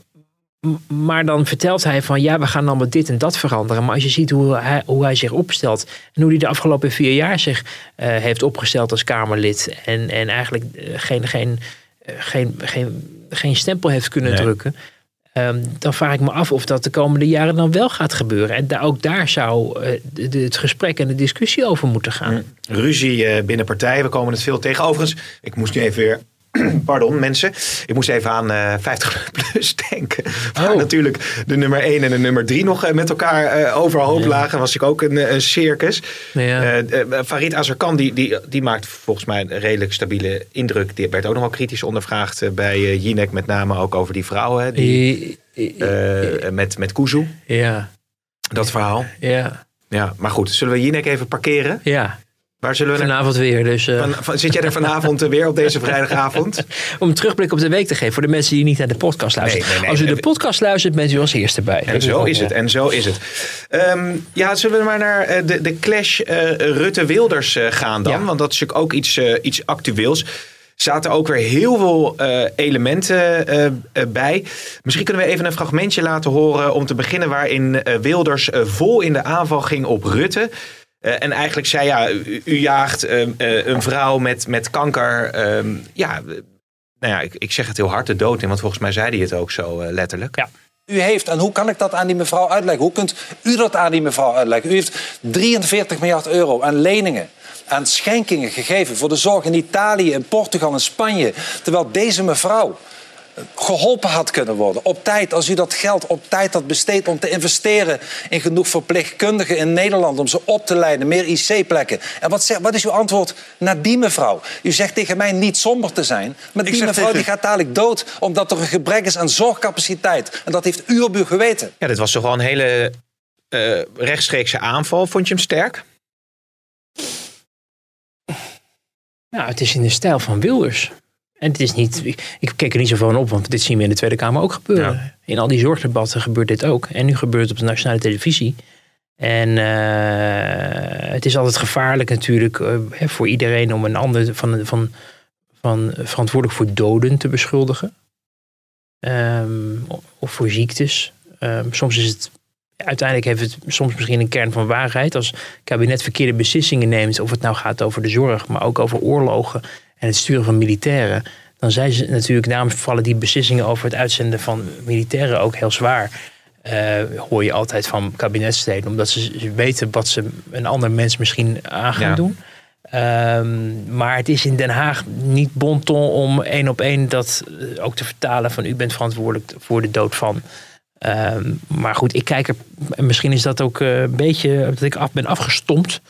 Maar dan vertelt hij van ja, we gaan allemaal dit en dat veranderen. Maar als je ziet hoe hij, hoe hij zich opstelt en hoe hij de afgelopen vier jaar zich uh, heeft opgesteld als Kamerlid. En, en eigenlijk uh, geen, geen, uh, geen, geen, geen stempel heeft kunnen nee. drukken. Um, dan vraag ik me af of dat de komende jaren dan wel gaat gebeuren. En da- ook daar zou uh, de, de, het gesprek en de discussie over moeten gaan. Mm. Ruzie uh, binnen partijen, we komen het veel tegen. Overigens, ik moest nu even weer... Pardon, mensen. Ik moest even aan uh, vijftig plus denken. Waar oh. natuurlijk de nummer één en de nummer drie nog uh, met elkaar uh, overhoop ja. lagen. Was ik ook een, een circus. Ja. Uh, uh, Farid Azarkan, die, die, die maakt volgens mij een redelijk stabiele indruk. Die werd ook nog wel kritisch ondervraagd uh, bij uh, Jinek. Met name ook over die vrouw. Hè, die, uh, met, met Kuzu. Ja. Dat verhaal. Ja. Ja. Maar goed, zullen we Jinek even parkeren? Ja. Waar zullen we vanavond naar... weer. Dus, uh... van, van, zit jij er vanavond weer op deze vrijdagavond? Om een terugblik op de week te geven voor de mensen die niet naar de podcast luisteren. Nee, nee, nee. Als u de podcast luistert, bent u als eerste bij. En zo is het. En zo is het. Um, ja, zullen we maar naar de, de clash uh, Rutte-Wilders uh, gaan dan? Ja. Want dat is natuurlijk ook iets, uh, iets actueels. zaten ook weer heel veel uh, elementen uh, uh, bij. Misschien kunnen we even een fragmentje laten horen om te beginnen waarin uh, Wilders uh, vol in de aanval ging op Rutte. Uh, en eigenlijk zei, ja, u, u jaagt uh, uh, een vrouw met, met kanker. Uh, ja, uh, nou ja, ik, ik zeg het heel hard, de dood in, want volgens mij zei hij het ook zo uh, letterlijk. Ja. U heeft, en hoe kan ik dat aan die mevrouw uitleggen? Hoe kunt u dat aan die mevrouw uitleggen? U heeft drieënveertig miljard euro aan leningen, aan schenkingen gegeven voor de zorg in Italië, in Portugal en Spanje. Terwijl deze mevrouw geholpen had kunnen worden. Op tijd, als u dat geld op tijd had besteed om te investeren in genoeg verpleegkundigen in Nederland, om ze op te leiden, meer I C-plekken. En wat, zegt, wat is uw antwoord naar die mevrouw? U zegt tegen mij niet somber te zijn, maar die mevrouw tegen... die gaat dadelijk dood omdat er een gebrek is aan zorgcapaciteit. En dat heeft u op uw geweten. Ja, dit was toch wel een hele uh, rechtstreekse aanval. Vond je hem sterk? Nou, het is in de stijl van Wilders. En het is niet, ik, ik keek er niet zo van op, want dit zien we in de Tweede Kamer ook gebeuren. Ja. In al die zorgdebatten gebeurt dit ook. En nu gebeurt het op de nationale televisie. En uh, het is altijd gevaarlijk natuurlijk uh, voor iedereen om een ander van, van, van verantwoordelijk voor doden te beschuldigen. Um, of voor ziektes. Um, soms is het, uiteindelijk heeft het soms misschien een kern van waarheid. Als het kabinet verkeerde beslissingen neemt, of het nou gaat over de zorg, maar ook over oorlogen en het sturen van militairen, dan zijn ze natuurlijk, daarom vallen die beslissingen over het uitzenden van militairen ook heel zwaar. Uh, hoor je altijd van kabinetsleden, omdat ze weten wat ze een ander mens misschien aan gaan ja. doen. Um, maar het is in Den Haag niet bon ton om één op één dat ook te vertalen van u bent verantwoordelijk voor de dood van. Um, maar goed, ik kijk er, misschien is dat ook een beetje dat ik af ben afgestompt.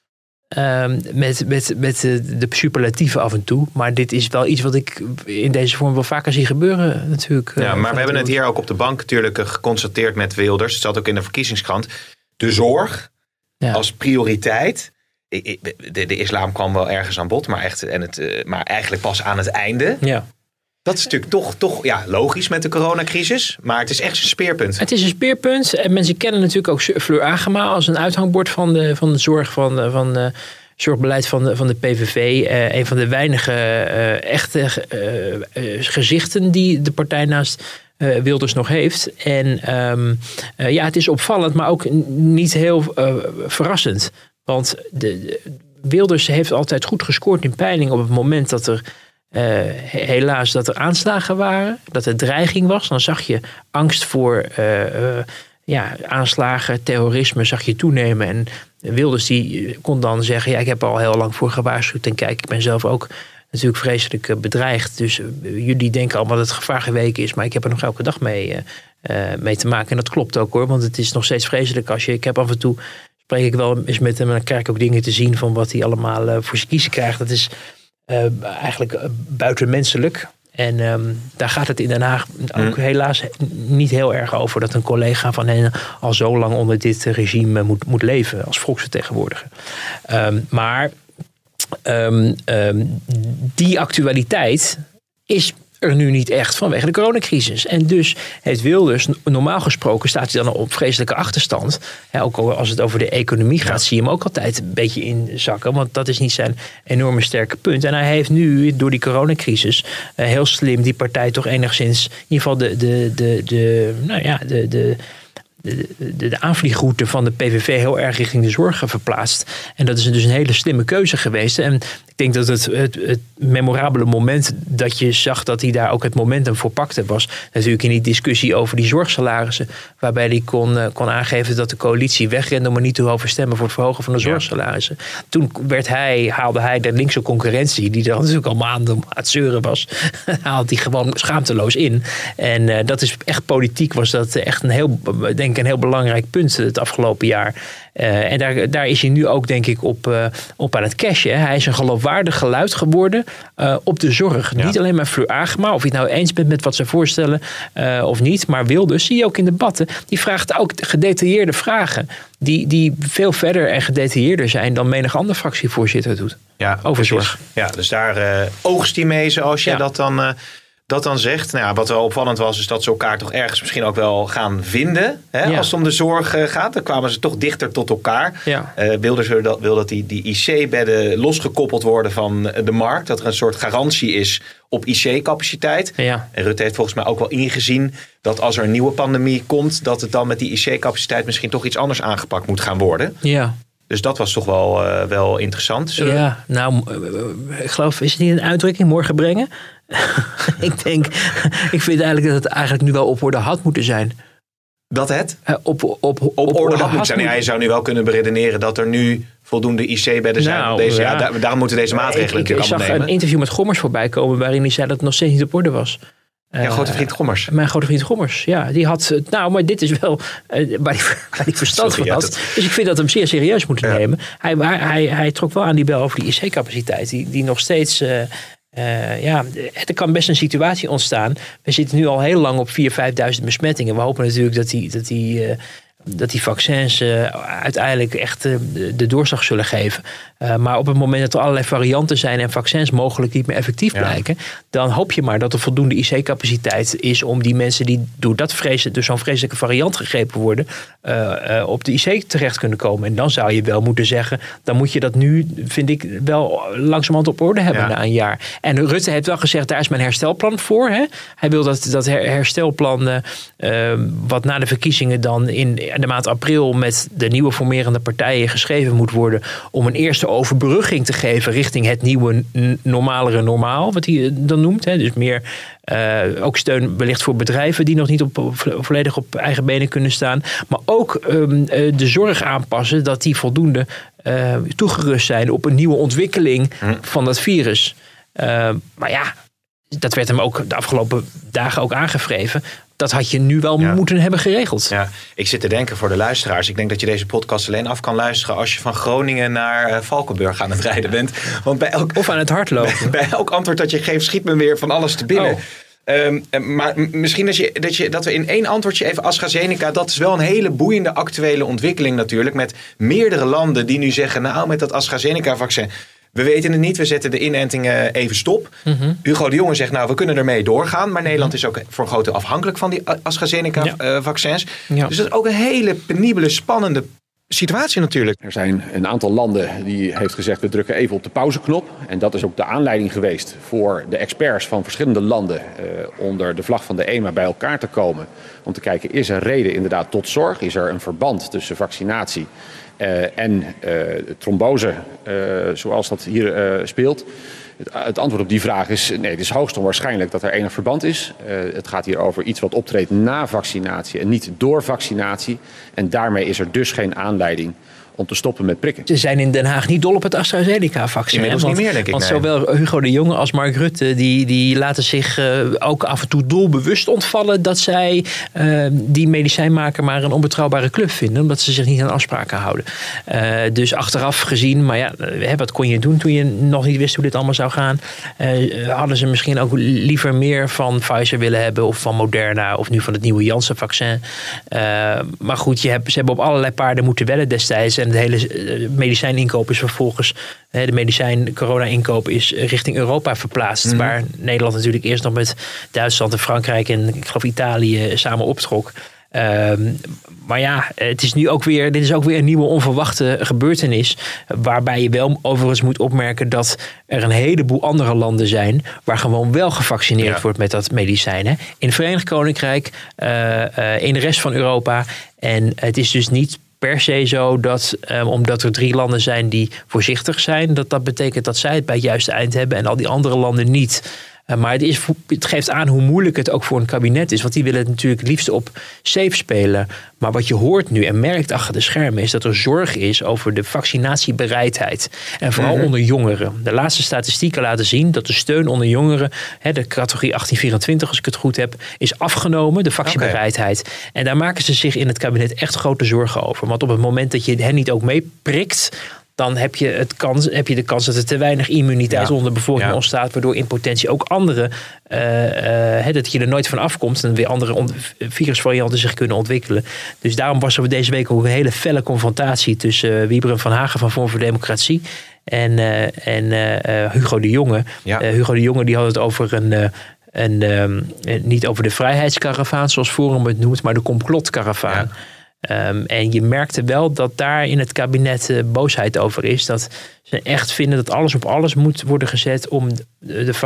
Um, met, met, met de, de superlatieven af en toe. Maar dit is wel iets wat ik in deze vorm wel vaker zie gebeuren natuurlijk. Ja, maar we hebben het hier ook op de bank natuurlijk geconstateerd met Wilders. Het zat ook in de verkiezingskrant. De zorg ja. als prioriteit. De, de, de islam kwam wel ergens aan bod, maar, echt, en het, maar eigenlijk pas aan het einde. Ja. Dat is natuurlijk toch, toch ja, logisch met de coronacrisis. Maar het is echt een speerpunt. Het is een speerpunt. En mensen kennen natuurlijk ook Fleur Agema als een uithangbord van de, van de zorg van, van de zorgbeleid van de, van de P V V. Uh, een van de weinige uh, echte uh, uh, gezichten die de partij naast uh, Wilders nog heeft. En um, uh, ja, het is opvallend, maar ook niet heel uh, verrassend. Want de, de, Wilders heeft altijd goed gescoord in peiling op het moment dat er Uh, helaas dat er aanslagen waren, dat er dreiging was. Dan zag je angst voor uh, uh, ja, aanslagen, terrorisme zag je toenemen. En Wilders die kon dan zeggen, ja, ik heb er al heel lang voor gewaarschuwd. En kijk, ik ben zelf ook natuurlijk vreselijk bedreigd. Dus uh, jullie denken allemaal dat het gevaar geweken is, maar ik heb er nog elke dag mee, uh, uh, mee te maken. En dat klopt ook hoor, want het is nog steeds vreselijk als je, ik heb af en toe, spreek ik wel eens met hem en dan krijg ik ook dingen te zien van wat hij allemaal uh, voor zijn kiezen krijgt. Dat is Uh, eigenlijk uh, buitenmenselijk. En um, daar gaat het in Den Haag ook helaas niet heel erg over dat een collega van hen al zo lang onder dit regime moet, moet leven als volksvertegenwoordiger. Um, maar um, um, die actualiteit is er nu niet echt vanwege de coronacrisis. En dus heeft Wilders, normaal gesproken staat hij dan op vreselijke achterstand. Ja, ook als het over de economie gaat, ja. zie je hem ook altijd een beetje inzakken. Want dat is niet zijn enorme sterke punt. En hij heeft nu door die coronacrisis uh, heel slim die partij toch enigszins, in ieder geval de, de, de, de nou ja, de, de De, de, de aanvliegroute van de P V V heel erg richting de zorg verplaatst. En dat is dus een hele slimme keuze geweest. En ik denk dat het, het, het memorabele moment dat je zag dat hij daar ook het momentum voor pakte, was natuurlijk in die discussie over die zorgsalarissen, waarbij hij kon, kon aangeven dat de coalitie wegrende om er niet toe over stemmen voor het verhogen van de zorgsalarissen. Ja. Toen werd hij, haalde hij de linkse concurrentie, die er natuurlijk al maanden aan het zeuren was, haalde hij gewoon schaamteloos in. En uh, dat is echt politiek, was dat echt een heel, denk een heel belangrijk punt het afgelopen jaar. Uh, en daar, daar is hij nu ook denk ik op, uh, op aan het cashen. Hij is een geloofwaardig geluid geworden uh, op de zorg. Ja. Niet alleen maar Fleur Agema, of je het nou eens bent met wat ze voorstellen uh, of niet. Maar Wilders, zie je ook in debatten, die vraagt ook gedetailleerde vragen. Die, die veel verder en gedetailleerder zijn dan menig andere fractievoorzitter doet. Ja, over precies. Zorg. Ja, dus daar uh, oogst hij mee zoals je ja. dat dan uh, dat dan zegt, nou ja, wat wel opvallend was, is dat ze elkaar toch ergens misschien ook wel gaan vinden. Hè? Ja. Als het om de zorg uh, gaat, dan kwamen ze toch dichter tot elkaar. Ja. Uh, wilden ze dat, wil dat die, die I C-bedden losgekoppeld worden van de markt. Dat er een soort garantie is op I C-capaciteit. Ja. En Rutte heeft volgens mij ook wel ingezien dat als er een nieuwe pandemie komt, dat het dan met die I C-capaciteit misschien toch iets anders aangepakt moet gaan worden. Ja. Dus dat was toch wel, uh, wel interessant. Zullen ja, nou, ik geloof, is het niet een uitdrukking, morgen brengen? ik denk, ik vind eigenlijk dat het eigenlijk nu wel op orde had moeten zijn. Dat het? Uh, op, op, op, op, op orde had moeten zijn. Ja, je zou nu wel kunnen beredeneren dat er nu voldoende I C-bedden zijn. Nou, deze, ja. Ja, daar, daarom moeten deze maatregelen ik, ik, ik zag nemen. Een interview met Gommers voorbij komen waarin hij zei dat het nog steeds niet op orde was. Ja, grote vriend Gommers. Uh, mijn grote vriend Gommers, ja. Die had, nou, maar dit is wel uh, waar ik verstand van had. Dat... Dus ik vind dat we hem zeer serieus moeten ja. nemen. Hij, hij, hij trok wel aan die bel over die I C-capaciteit. Die, die nog steeds... Uh, Uh, ja, er kan best een situatie ontstaan. We zitten nu al heel lang op vierduizend, vijfduizend besmettingen. We hopen natuurlijk dat die, dat die, uh, dat die vaccins uh, uiteindelijk echt uh, de doorslag zullen geven. Uh, maar op het moment dat er allerlei varianten zijn en vaccins mogelijk niet meer effectief ja. blijken, dan hoop je maar dat er voldoende I C-capaciteit is om die mensen die door, dat vrezen, door zo'n vreselijke variant gegrepen worden, uh, uh, op de I C terecht kunnen komen. En dan zou je wel moeten zeggen, dan moet je dat nu, vind ik, wel langzamerhand op orde hebben ja. na een jaar. En Rutte heeft wel gezegd, daar is mijn herstelplan voor. Hè? Hij wil dat, dat herstelplan, uh, uh, wat na de verkiezingen dan in de maand april met de nieuwe formerende partijen geschreven moet worden, om een eerste overbrugging te geven richting het nieuwe n- normalere normaal, wat hij dan noemt. Hè. Dus meer uh, ook steun wellicht voor bedrijven die nog niet op, volledig op eigen benen kunnen staan. Maar ook um, uh, de zorg aanpassen dat die voldoende uh, toegerust zijn op een nieuwe ontwikkeling hm. van dat virus. Uh, maar ja, dat werd hem ook de afgelopen dagen ook aangevreven. Dat had je nu wel ja. moeten hebben geregeld. Ja, ik zit te denken voor de luisteraars. Ik denk dat je deze podcast alleen af kan luisteren als je van Groningen naar uh, Valkenburg aan het rijden bent. Want bij elk, of aan het hardlopen. Bij, bij elk antwoord dat je geeft, schiet me weer van alles te binnen. Oh. Um, maar misschien dat, je, dat, je, dat we in één antwoordje even AstraZeneca, dat is wel een hele boeiende actuele ontwikkeling natuurlijk. Met meerdere landen die nu zeggen, nou met dat AstraZeneca-vaccin, we weten het niet, we zetten de inentingen even stop. Mm-hmm. Hugo de Jonge zegt, nou, we kunnen ermee doorgaan. Maar Nederland is ook voor een groot deel afhankelijk van die AstraZeneca-vaccins. Ja. Uh, dus dat is ook een hele penibele, spannende situatie natuurlijk. Er zijn een aantal landen die heeft gezegd, we drukken even op de pauzeknop. En dat is ook de aanleiding geweest voor de experts van verschillende landen uh, onder de vlag van de E M A bij elkaar te komen. Om te kijken, is er reden inderdaad tot zorg? Is er een verband tussen vaccinatie Uh, en uh, trombose, uh, zoals dat hier uh, speelt? Het, het antwoord op die vraag is, nee, het is hoogst onwaarschijnlijk dat er enig verband is. Uh, het gaat hier over iets wat optreedt na vaccinatie en niet door vaccinatie. En daarmee is er dus geen aanleiding om te stoppen met prikken. Ze zijn in Den Haag niet dol op het AstraZeneca-vaccin. Inmiddels want, niet meer, denk ik. Want nee. zowel Hugo de Jonge als Mark Rutte, die, die laten zich uh, ook af en toe doelbewust ontvallen dat zij uh, die medicijnmaker maar een onbetrouwbare club vinden, omdat ze zich niet aan afspraken houden. Uh, dus achteraf gezien, maar ja, uh, wat kon je doen toen je nog niet wist hoe dit allemaal zou gaan? Uh, hadden ze misschien ook liever meer van Pfizer willen hebben of van Moderna of nu van het nieuwe Janssen-vaccin. Uh, maar goed, je hebt, ze hebben op allerlei paarden moeten wedden destijds. En de hele medicijninkoop is vervolgens, de medicijn-corona-inkoop is richting Europa verplaatst. Mm-hmm. Waar Nederland natuurlijk eerst nog met Duitsland en Frankrijk en ik geloof Italië samen optrok. Um, maar ja, het is nu ook weer, dit is ook weer een nieuwe onverwachte gebeurtenis. Waarbij je wel overigens moet opmerken dat er een heleboel andere landen zijn waar gewoon wel gevaccineerd ja. wordt met dat medicijn. Hè? In het Verenigd Koninkrijk, uh, uh, in de rest van Europa. En het is dus niet per se zo dat, um, omdat er drie landen zijn die voorzichtig zijn, dat dat betekent dat zij het bij het juiste eind hebben en al die andere landen niet. Uh, maar het, is, het geeft aan hoe moeilijk het ook voor een kabinet is. Want die willen het natuurlijk het liefst op safe spelen. Maar wat je hoort nu en merkt achter de schermen is dat er zorg is over de vaccinatiebereidheid. En vooral mm-hmm. onder jongeren. De laatste statistieken laten zien dat de steun onder jongeren, hè, de categorie achttien vierentwintig als ik het goed heb, is afgenomen, de vaccinbereidheid. Okay. En daar maken ze zich in het kabinet echt grote zorgen over. Want op het moment dat je hen niet ook meeprikt, dan heb je, het kans, heb je de kans dat er te weinig immuniteit ja. onder de bevolking ja. ontstaat, waardoor in potentie ook andere, uh, uh, dat je er nooit van afkomt en weer andere on- virusvarianten zich kunnen ontwikkelen. Dus daarom was er deze week ook een hele felle confrontatie tussen uh, Wieberen van Hagen van Vorm voor Democratie en, uh, en uh, Hugo de Jonge. Ja. Uh, Hugo de Jonge die had het over een, uh, een, um, niet over de vrijheidskaravaan zoals Forum het noemt, maar de complotkaravaan. Ja. Um, en je merkte wel dat daar in het kabinet uh, boosheid over is. Dat ze echt vinden dat alles op alles moet worden gezet om de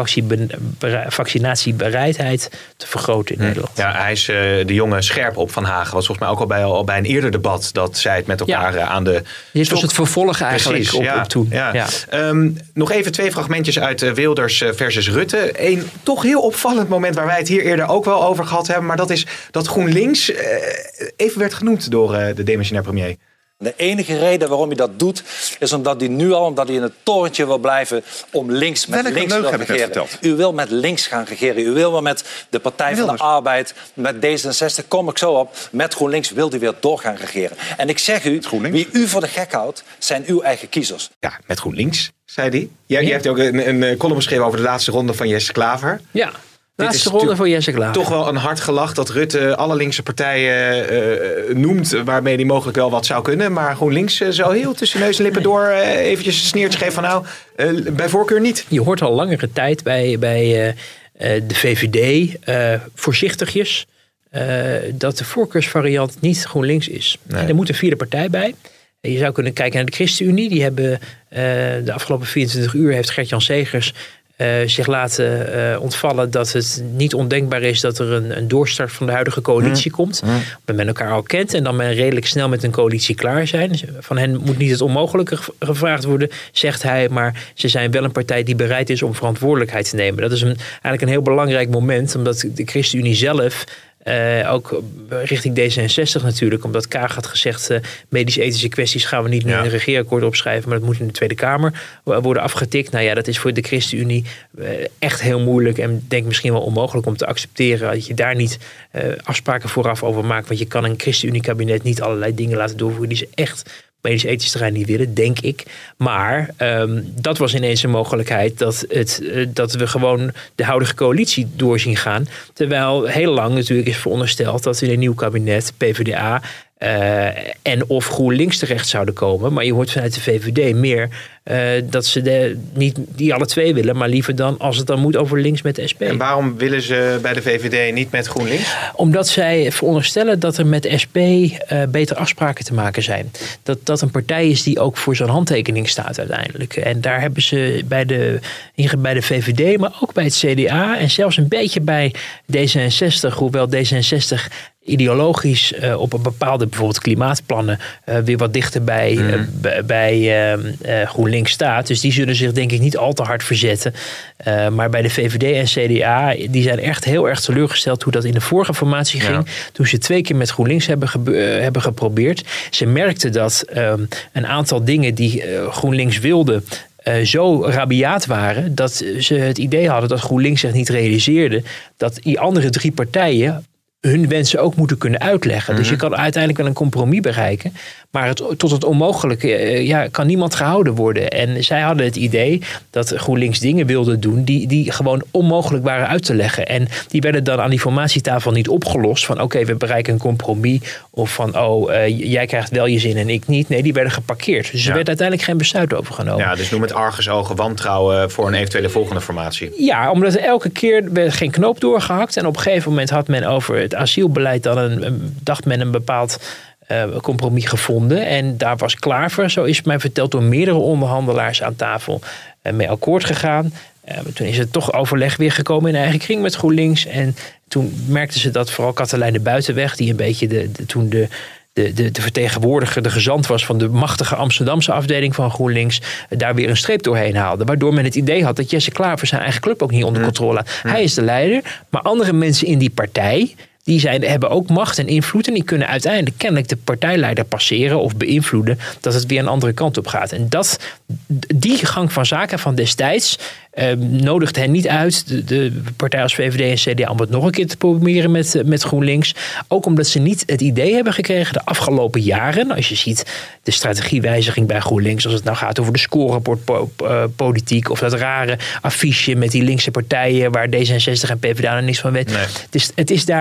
vaccinatiebereidheid te vergroten in Nederland. Ja, hij is uh, de jonge scherp op Van Hagen. Was volgens mij ook al bij, al bij een eerder debat dat zij het met elkaar ja. aan de Dit stok... was het vervolg eigenlijk Precies, op, ja, op toen. Ja. Ja. Um, nog even twee fragmentjes uit uh, Wilders versus Rutte. Eén toch heel opvallend moment waar wij het hier eerder ook wel over gehad hebben. Maar dat is dat GroenLinks uh, even werd genoemd door uh, de demissionair premier. De enige reden waarom hij dat doet, is omdat hij nu al, omdat hij in het torentje wil blijven, om links met Welke links wil regeren. U wil met links gaan regeren. U wil wel met de Partij van de Arbeid, met D zesenzestig, kom ik zo op. Met GroenLinks wil hij weer door gaan regeren. En ik zeg u, wie u voor de gek houdt, zijn uw eigen kiezers. Ja, met GroenLinks, zei hij. Jij, ja. jij hebt ook een, een column geschreven over de laatste ronde van Jesse Klaver. Ja. Laatste ronde voor Jesse Klaver. Toch wel een hard gelach dat Rutte alle linkse partijen uh, noemt waarmee hij mogelijk wel wat zou kunnen. Maar GroenLinks uh, zo heel tussen neus en lippen door uh, eventjes een sneertje geven van nou, uh, bij voorkeur niet. Je hoort al langere tijd bij, bij uh, de V V D uh, voorzichtigjes uh, dat de voorkeursvariant niet GroenLinks is. Nee. En er moet een vierde partij bij. Je zou kunnen kijken naar de ChristenUnie. Die hebben uh, de afgelopen vierentwintig uur heeft Gert-Jan Segers Uh, zich laten uh, ontvallen dat het niet ondenkbaar is dat er een, een doorstart van de huidige coalitie mm. komt. Mm. Dat men elkaar al kent en dan men redelijk snel met een coalitie klaar zijn. Van hen moet niet het onmogelijke gevraagd worden, zegt hij, maar ze zijn wel een partij die bereid is om verantwoordelijkheid te nemen. Dat is een, eigenlijk een heel belangrijk moment, omdat de ChristenUnie zelf Uh, ook richting D zesenzestig natuurlijk, omdat Kaag had gezegd uh, medisch-ethische kwesties gaan we niet nu ja. in een regeerakkoord opschrijven, maar dat moet in de Tweede Kamer worden afgetikt. Nou ja, dat is voor de ChristenUnie uh, echt heel moeilijk en denk misschien wel onmogelijk om te accepteren dat je daar niet uh, afspraken vooraf over maakt, want je kan een ChristenUnie-kabinet niet allerlei dingen laten doorvoeren die ze echt medisch-ethisch terrein niet willen, denk ik. Maar um, dat was ineens een mogelijkheid dat, het, uh, dat we gewoon de huidige coalitie door zien gaan. Terwijl heel lang natuurlijk is verondersteld dat in een nieuw kabinet P V d A uh, en of GroenLinks terecht zouden komen. Maar je hoort vanuit de V V D meer uh, dat ze de, niet die alle twee willen, maar liever dan als het dan moet over links met de S P. En waarom willen ze bij de V V D niet met GroenLinks? Omdat zij veronderstellen dat er met de S P uh, beter afspraken te maken zijn. Dat dat een partij is die ook voor zo'n handtekening staat uiteindelijk. En daar hebben ze bij de, bij de V V D, maar ook bij het C D A en zelfs een beetje bij D zesenzestig, hoewel D zesenzestig ideologisch uh, op een bepaalde bijvoorbeeld klimaatplannen uh, weer wat dichter bij, mm. uh, b- bij uh, uh, GroenLinks staat. Dus die zullen zich denk ik niet al te hard verzetten. Uh, maar bij de V V D en C D A, die zijn echt heel erg teleurgesteld hoe dat in de vorige formatie ging. Ja. Toen ze twee keer met GroenLinks hebben, ge- uh, hebben geprobeerd. Ze merkten dat uh, een aantal dingen die uh, GroenLinks wilde Uh, zo rabiaat waren dat ze het idee hadden dat GroenLinks zich niet realiseerde dat die andere drie partijen hun wensen ook moeten kunnen uitleggen. Mm-hmm. Dus je kan uiteindelijk wel een compromis bereiken. Maar het, tot het onmogelijke uh, ja, kan niemand gehouden worden. En zij hadden het idee dat GroenLinks dingen wilde doen die, die gewoon onmogelijk waren uit te leggen. En die werden dan aan die formatietafel niet opgelost. Van oké, okay, we bereiken een compromis. Of van oh, uh, jij krijgt wel je zin en ik niet. Nee, die werden geparkeerd. Dus er ja. werd uiteindelijk geen besluit over genomen. Ja, dus noem het argusogen wantrouwen voor een eventuele volgende formatie. Ja, omdat er elke keer werd geen knoop doorgehakt. En op een gegeven moment had men over het asielbeleid dan een, een, dacht men een bepaald uh, compromis gevonden. En daar was Klaver, zo is het mij verteld door meerdere onderhandelaars aan tafel, uh, mee akkoord gegaan. Uh, toen is het toch overleg weer gekomen in eigen kring met GroenLinks. En toen merkten ze dat vooral Katelijn de Buitenweg, die een beetje de, de, toen de De, de, de vertegenwoordiger, de gezant was van de machtige Amsterdamse afdeling van GroenLinks, daar weer een streep doorheen haalde. Waardoor men het idee had dat Jesse Klaver zijn eigen club ook niet onder controle had. Mm. Hij is de leider, maar andere mensen in die partij, die zijn, hebben ook macht en invloed en die kunnen uiteindelijk kennelijk de partijleider passeren of beïnvloeden dat het weer een andere kant op gaat. En dat, die gang van zaken van destijds uh, nodigt hen niet uit, de, de partij als V V D en C D A, om het nog een keer te proberen met, met GroenLinks. Ook omdat ze niet het idee hebben gekregen de afgelopen jaren, als je ziet de strategiewijziging bij GroenLinks, als het nou gaat over de scorebordpolitiek of dat rare affiche met die linkse partijen waar D zesenzestig en P v d A er niks van weet. Nee. Het is, het is daar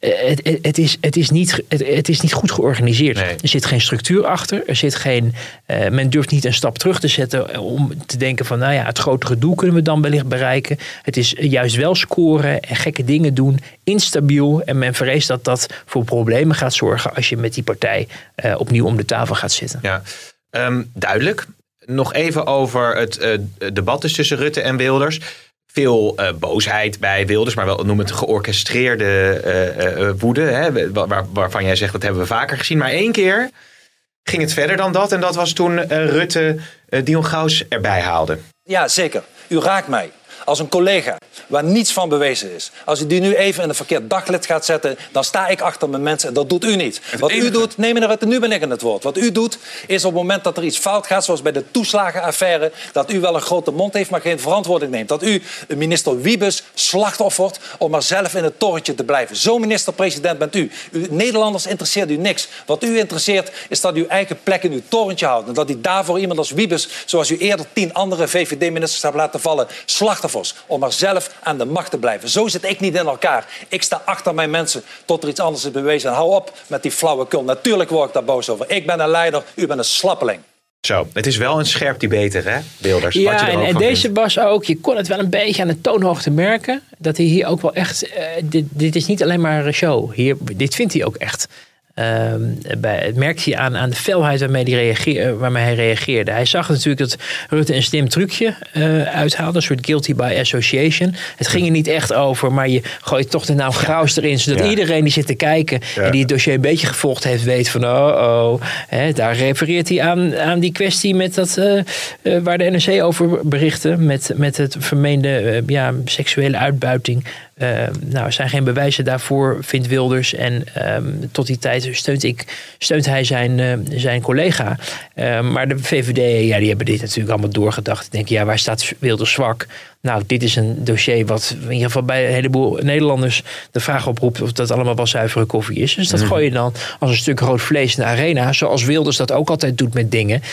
Het, het, het, is, het, is niet, het, het is niet goed georganiseerd. Nee. Er zit geen structuur achter. Er zit geen, uh, men durft niet een stap terug te zetten om te denken van, nou ja, het grotere doel kunnen we dan wellicht bereiken. Het is juist wel scoren en gekke dingen doen, instabiel. En men vreest dat dat voor problemen gaat zorgen als je met die partij uh, opnieuw om de tafel gaat zitten. Ja, um, duidelijk. Nog even over het uh, debat dus tussen Rutte en Wilders. Veel uh, boosheid bij Wilders, maar wel noem het georchestreerde uh, uh, woede. Hè, waar, waarvan jij zegt, dat hebben we vaker gezien. Maar één keer ging het verder dan dat. En dat was toen uh, Rutte uh, Dion Graus erbij haalde. Ja, zeker. U raakt mij. Als een collega waar niets van bewezen is. Als u die nu even in een verkeerd daglicht gaat zetten, dan sta ik achter mijn mensen en dat doet u niet. Het Wat enige... u doet, nee meneer Rutte, nu ben ik aan het woord. Wat u doet, is op het moment dat er iets fout gaat, zoals bij de toeslagenaffaire, dat u wel een grote mond heeft, maar geen verantwoording neemt. Dat u minister Wiebes slachtoffert om maar zelf in het torentje te blijven. Zo minister-president bent u. u. Nederlanders interesseert u niks. Wat u interesseert, is dat u eigen plek in uw torentje houdt. En dat u daarvoor iemand als Wiebes, zoals u eerder tien andere V V D-ministers hebt laten vallen, slachtoffers. Om maar zelf aan de macht te blijven. Zo zit ik niet in elkaar. Ik sta achter mijn mensen tot er iets anders is bewezen. En hou op met die flauwekul. Natuurlijk word ik daar boos over. Ik ben een leider, u bent een slappeling. Zo, het is wel een scherp debater, hè, Wilders? Ja, wat je er ook en, en van deze vindt. was ook, je kon het wel een beetje aan de toonhoogte merken, dat hij hier ook wel echt, uh, dit, dit is niet alleen maar een show. Hier, dit vindt hij ook echt. Uh, bij, het merkte je aan, aan de felheid waarmee, die reageer, waarmee hij reageerde. Hij zag natuurlijk dat Rutte een slim trucje uh, uithaalde. Een soort guilty by association. Het ging er niet echt over, maar je gooit toch de naam Graus erin. Zodat ja. iedereen die zit te kijken ja. en die het dossier een beetje gevolgd heeft, weet van oh oh. Hè, daar refereert hij aan, aan die kwestie met dat, uh, uh, waar de N R C over berichtte. Met, met het vermeende uh, ja, seksuele uitbuiting. Uh, nou, er zijn geen bewijzen daarvoor, vindt Wilders. En um, tot die tijd steunt, ik, steunt hij zijn, uh, zijn collega. Uh, maar de V V D, ja, die hebben dit natuurlijk allemaal doorgedacht. Ik denk, ja, waar staat Wilders zwak? Nou, dit is een dossier wat in ieder geval bij een heleboel Nederlanders de vraag oproept of dat allemaal wel zuivere koffie is. Dus dat gooi je dan als een stuk rood vlees in de arena. Zoals Wilders dat ook altijd doet met dingen.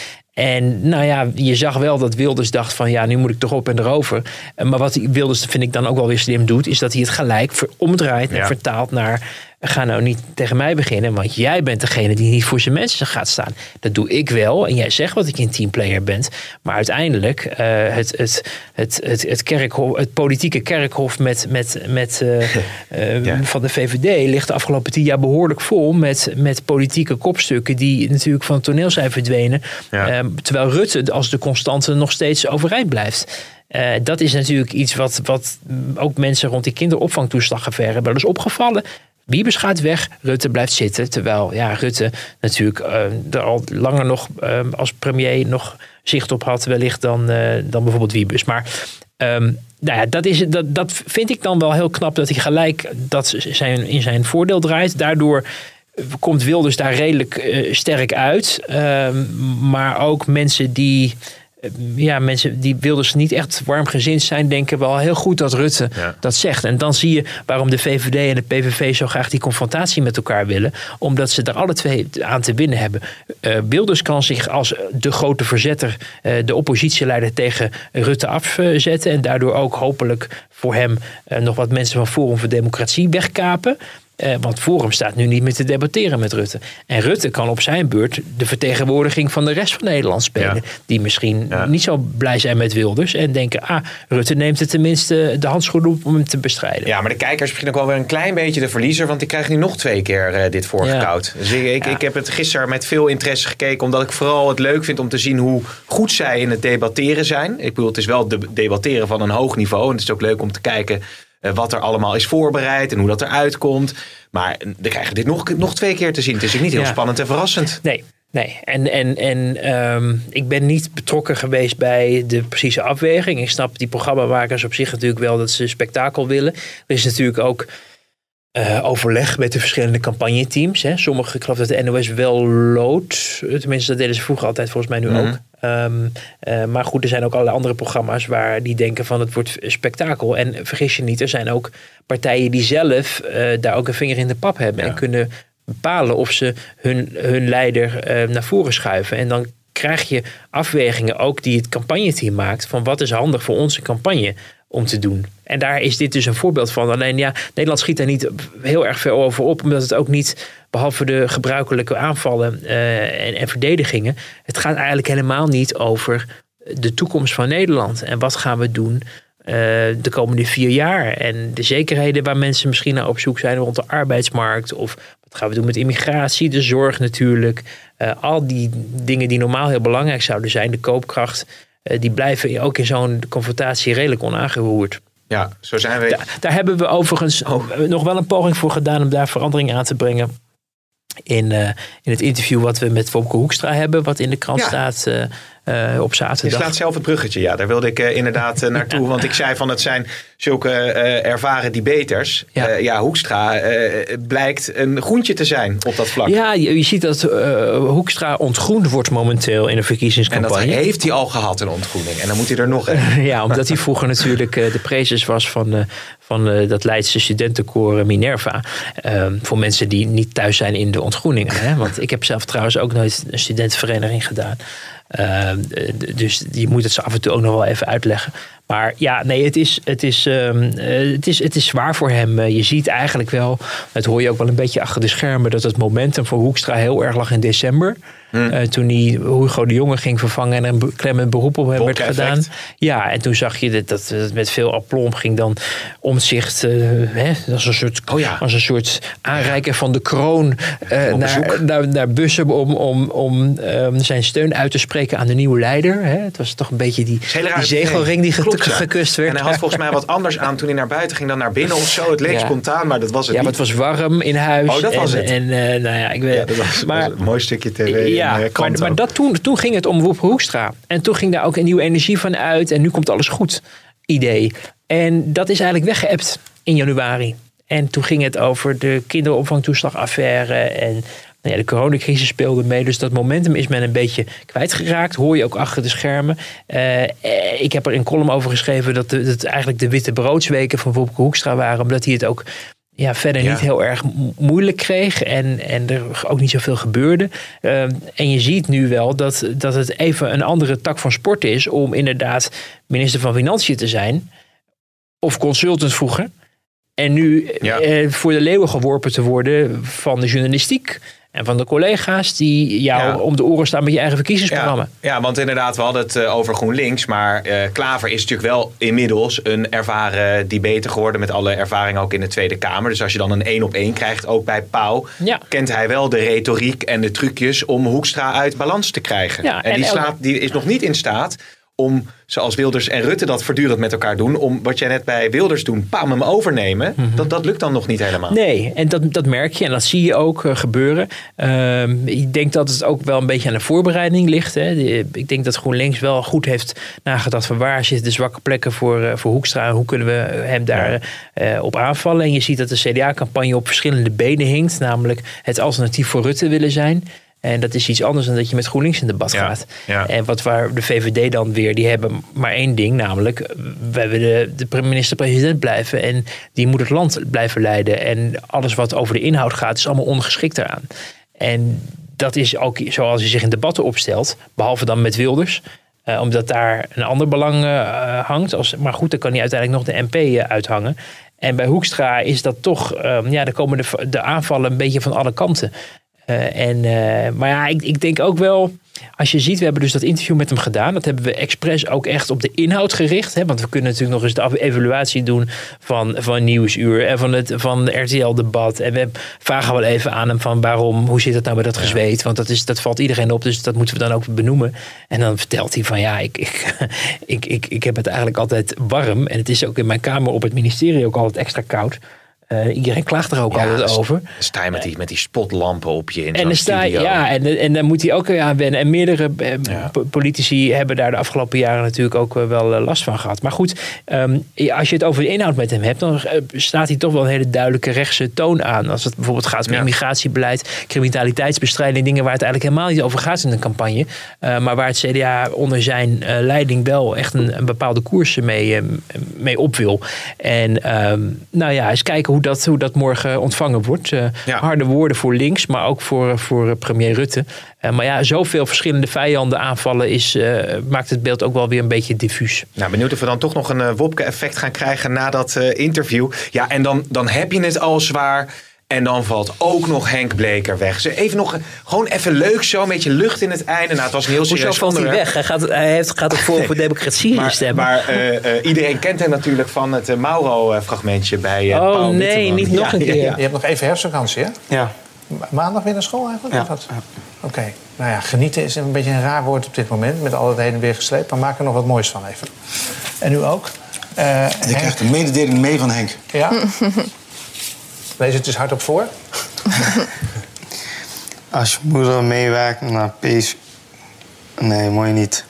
En nou ja, je zag wel dat Wilders dacht van ja, nu moet ik toch op en erover. Maar wat Wilders, vind ik dan ook wel weer slim doet, is dat hij het gelijk omdraait en ja. vertaalt naar, ga nou niet tegen mij beginnen, want jij bent degene die niet voor zijn mensen gaat staan. Dat doe ik wel en jij zegt wat ik een teamplayer ben. Maar uiteindelijk uh, het, het, het, het, het, kerkhof, het politieke kerkhof met, met, met, uh, uh, ja. van de V V D ligt de afgelopen tien jaar behoorlijk vol met, met politieke kopstukken die natuurlijk van het toneel zijn verdwenen. Ja. Uh, terwijl Rutte als de constante nog steeds overeind blijft. Uh, dat is natuurlijk iets wat, wat ook mensen rond die kinderopvangtoeslagaffaire hebben. Dat is opgevallen. Wiebes gaat weg, Rutte blijft zitten. Terwijl ja, Rutte natuurlijk uh, er al langer nog uh, als premier nog zicht op had wellicht dan, uh, dan bijvoorbeeld Wiebes. Maar um, nou ja, dat, is, dat, dat vind ik dan wel heel knap dat hij gelijk dat zijn, in zijn voordeel draait. Daardoor komt Wilders daar redelijk uh, sterk uit. Uh, maar ook mensen die... Ja, mensen die Wilders niet echt warmgezind zijn, denken wel heel goed dat Rutte ja. dat zegt. En dan zie je waarom de V V D en de P V V zo graag die confrontatie met elkaar willen. Omdat ze er alle twee aan te winnen hebben. Uh, Wilders kan zich als de grote verzetter, uh, de oppositieleider tegen Rutte afzetten. En daardoor ook hopelijk voor hem uh, nog wat mensen van Forum voor Democratie wegkapen. Uh, want Forum staat nu niet meer te debatteren met Rutte. En Rutte kan op zijn beurt de vertegenwoordiging van de rest van Nederland spelen. Ja. Die misschien ja. niet zo blij zijn met Wilders. En denken, ah, Rutte neemt het tenminste de handschoen op om hem te bestrijden. Ja, maar de kijkers misschien ook wel weer een klein beetje de verliezer. Want die krijgen nu nog twee keer uh, dit voorgekoud. Ja. Dus ik, ik, ja. ik heb het gisteren met veel interesse gekeken. Omdat ik vooral het leuk vind om te zien hoe goed zij in het debatteren zijn. Ik bedoel, het is wel de debatteren van een hoog niveau. En het is ook leuk om te kijken wat er allemaal is voorbereid en hoe dat eruit komt. Maar dan krijgen we dit nog, nog twee keer te zien. Het is ook niet heel ja. spannend en verrassend. Nee, nee. En, en, en um, ik ben niet betrokken geweest bij de precieze afweging. Ik snap die programmamakers op zich natuurlijk wel dat ze spektakel willen. Er is natuurlijk ook uh, overleg met de verschillende campagneteams. Hè. Sommige, ik geloof dat de N O S wel loodt. Tenminste, dat deden ze vroeger altijd, volgens mij nu mm-hmm. ook. Um, uh, maar goed, er zijn ook allerlei andere programma's waar die denken van het wordt spektakel. En vergis je niet, er zijn ook partijen die zelf uh, daar ook een vinger in de pap hebben. Ja. En kunnen bepalen of ze hun, hun leider uh, naar voren schuiven. En dan krijg je afwegingen ook die het campagneteam maakt van wat is handig voor onze campagne om te doen. En daar is dit dus een voorbeeld van. Alleen ja, Nederland schiet daar niet heel erg veel over op. Omdat het ook niet, behalve de gebruikelijke aanvallen uh, en, en verdedigingen. Het gaat eigenlijk helemaal niet over de toekomst van Nederland. En wat gaan we doen uh, de komende vier jaar. En de zekerheden waar mensen misschien naar op zoek zijn rond de arbeidsmarkt. Of wat gaan we doen met immigratie, de zorg natuurlijk. Uh, al die dingen die normaal heel belangrijk zouden zijn. De koopkracht. Uh, die blijven ook in zo'n confrontatie redelijk onaangeroerd. Ja, zo zijn we. Da- daar hebben we overigens oh. nog wel een poging voor gedaan om daar verandering aan te brengen. In, uh, in het interview wat we met Wopke Hoekstra hebben, wat in de krant ja. staat uh, uh, op zaterdag. Je slaat zelf het bruggetje, ja. Daar wilde ik uh, inderdaad uh, naartoe. Want ik zei van het zijn zulke uh, ervaren debaters. Ja, uh, ja Hoekstra uh, blijkt een groentje te zijn op dat vlak. Ja, je, je ziet dat uh, Hoekstra ontgroend wordt momenteel in de verkiezingscampagne. En dat heeft hij al gehad, een ontgroening. En dan moet hij er nog een. Ja, omdat hij vroeger natuurlijk uh, de prezes was van, uh, van uh, dat Leidse studentenkoor Minerva. Uh, voor mensen die niet thuis zijn in de ontgroeningen. Hè? Want ik heb zelf trouwens ook nooit een studentenvereniging gedaan. Uh, dus je moet het zo af en toe ook nog wel even uitleggen. Maar ja, nee, het is, het is, um, uh, het is, het is zwaar voor hem. Uh, je ziet eigenlijk wel, dat hoor je ook wel een beetje achter de schermen, dat het momentum voor Hoekstra heel erg lag in december. Hmm. Uh, toen hij Hugo de Jonge ging vervangen en een klemmend beroep op hem werd gedaan. Ja, en toen zag je dat, dat het met veel aplomb ging dan Omtzigt uh, hè, als, een soort, oh ja. als een soort aanreiker van de kroon uh, naar, naar, naar Bussum om, om, om um, zijn steun uit te spreken aan de nieuwe leider. Hè. Het was toch een beetje die, die zegelring die Klopt, ja. gekust werd. En hij had volgens mij wat anders aan toen hij naar buiten ging dan naar binnen of zo. Het leek ja. spontaan, maar dat was het ja, niet. Ja, het was warm in huis. Oh, dat was en, het. En, uh, nou ja, ik weet, ja, dat was, maar, was een mooi stukje tv. Ja, en, uh, maar, maar dat toen, toen ging het om Wopke Hoekstra. En toen ging daar ook een nieuwe energie van uit. En nu komt alles goed idee. En dat is eigenlijk weggeëpt in januari. En toen ging het over de kinderopvangtoeslagaffaire. En nou ja, de coronacrisis speelde mee. Dus dat momentum is men een beetje kwijtgeraakt. Hoor je ook achter de schermen. Uh, ik heb er een column over geschreven dat het dat eigenlijk de witte broodsweken van Wopke Hoekstra waren. Omdat hij het ook ja, verder ja. niet heel erg moeilijk kreeg. En, en er ook niet zoveel gebeurde. Uh, en je ziet nu wel dat, dat het even een andere tak van sport is. Om inderdaad minister van Financiën te zijn. Of consultant vroeger. En nu ja. uh, voor de leeuwen geworpen te worden van de journalistiek. En van de collega's die jou ja. om de oren staan met je eigen verkiezingsprogramma. Ja, ja, want inderdaad, we hadden het uh, over GroenLinks. Maar uh, Klaver is natuurlijk wel inmiddels een ervaren debater geworden. Met alle ervaring ook in de Tweede Kamer. Dus als je dan een één op één krijgt, ook bij Pauw. Ja. Kent hij wel de retoriek en de trucjes om Hoekstra uit balans te krijgen. Ja, en en die, slaat, elke... die is nog niet in staat om, zoals Wilders en Rutte dat voortdurend met elkaar doen, om wat jij net bij Wilders doen, pam, hem overnemen. Mm-hmm. Dat, dat lukt dan nog niet helemaal. Nee, en dat, dat merk je en dat zie je ook uh, gebeuren. Uh, ik denk dat het ook wel een beetje aan de voorbereiding ligt. Hè. De, ik denk dat GroenLinks wel goed heeft nagedacht van waar zitten de zwakke plekken voor, uh, voor Hoekstra en hoe kunnen we hem daar ja. uh, op aanvallen. En je ziet dat de C D A-campagne op verschillende benen hinkt, namelijk het alternatief voor Rutte willen zijn. En dat is iets anders dan dat je met GroenLinks in debat ja, gaat. Ja. En wat waar de V V D dan weer, die hebben maar één ding, namelijk wij willen de minister-president blijven en die moet het land blijven leiden. En alles wat over de inhoud gaat is allemaal ongeschikt daaraan. En dat is ook zoals hij zich in debatten opstelt, behalve dan met Wilders. Uh, omdat daar een ander belang uh, hangt. Als, maar goed, dan kan hij uiteindelijk nog de M P uh, uithangen. En bij Hoekstra is dat toch, uh, ja, dan komen de, de aanvallen een beetje van alle kanten. Uh, en, uh, maar ja, ik, ik denk ook wel, als je ziet, we hebben dus dat interview met hem gedaan. Dat hebben we expres ook echt op de inhoud gericht. Hè? Want we kunnen natuurlijk nog eens de evaluatie doen van, van Nieuwsuur en van het van R T L-debat. En we vragen wel even aan hem van waarom, hoe zit het nou met dat gezweet? Want dat, is, dat valt iedereen op, dus dat moeten we dan ook benoemen. En dan vertelt hij van ja, ik, ik, ik, ik, ik heb het eigenlijk altijd warm. En het is ook in mijn kamer op het ministerie ook altijd extra koud. Uh, iedereen klaagt er ook ja, altijd over. Sta je met die, met die spotlampen op je in en zo'n sta, studio. Ja, en, en dan moet hij ook aan wennen. En meerdere uh, ja. politici hebben daar de afgelopen jaren natuurlijk ook uh, wel uh, last van gehad. Maar goed, um, als je het over de inhoud met hem hebt, dan uh, staat hij toch wel een hele duidelijke rechtse toon aan. Als het bijvoorbeeld gaat om ja. immigratiebeleid, criminaliteitsbestrijding, dingen waar het eigenlijk helemaal niet over gaat in de campagne. Uh, maar waar het C D A onder zijn uh, leiding wel echt een, een bepaalde koers mee, uh, mee op wil. En um, nou ja, eens kijken hoe hoe, dat, hoe dat morgen ontvangen wordt. Uh, ja. Harde woorden voor links, maar ook voor, voor premier Rutte. Uh, maar ja, zoveel verschillende vijanden aanvallen is, uh, maakt het beeld ook wel weer een beetje diffuus. Nou, benieuwd of we dan toch nog een uh, Wopke-effect gaan krijgen na dat uh, interview. Ja, en dan, dan heb je het al zwaar. En dan valt ook nog Henk Bleker weg. Dus even nog, gewoon even leuk zo, een beetje lucht in het einde. Nou, het was een heel serieus Hoezo valt hij weg? Hij gaat, hij heeft, gaat ook voor, voor democratie maar, stemmen. Maar uh, uh, iedereen kent hem natuurlijk van het uh, Mauro-fragmentje bij uh, Oh Paul nee, Witteman. niet nog een keer. Ja, ja. Je hebt nog even herfstvakantie, hè? Ja. Ma- maandag weer naar school eigenlijk? Ja. Of wat? Ja. Oké. Okay. Nou ja, genieten is een beetje een raar woord op dit moment. Met al het heen en weer gesleept. Maar maak er nog wat moois van even. En u ook. Uh, en je krijgt een mededeling mee van Henk. Ja. Lees het dus hardop voor. Als je moeder meewerkt naar P S... Nee, mooi niet.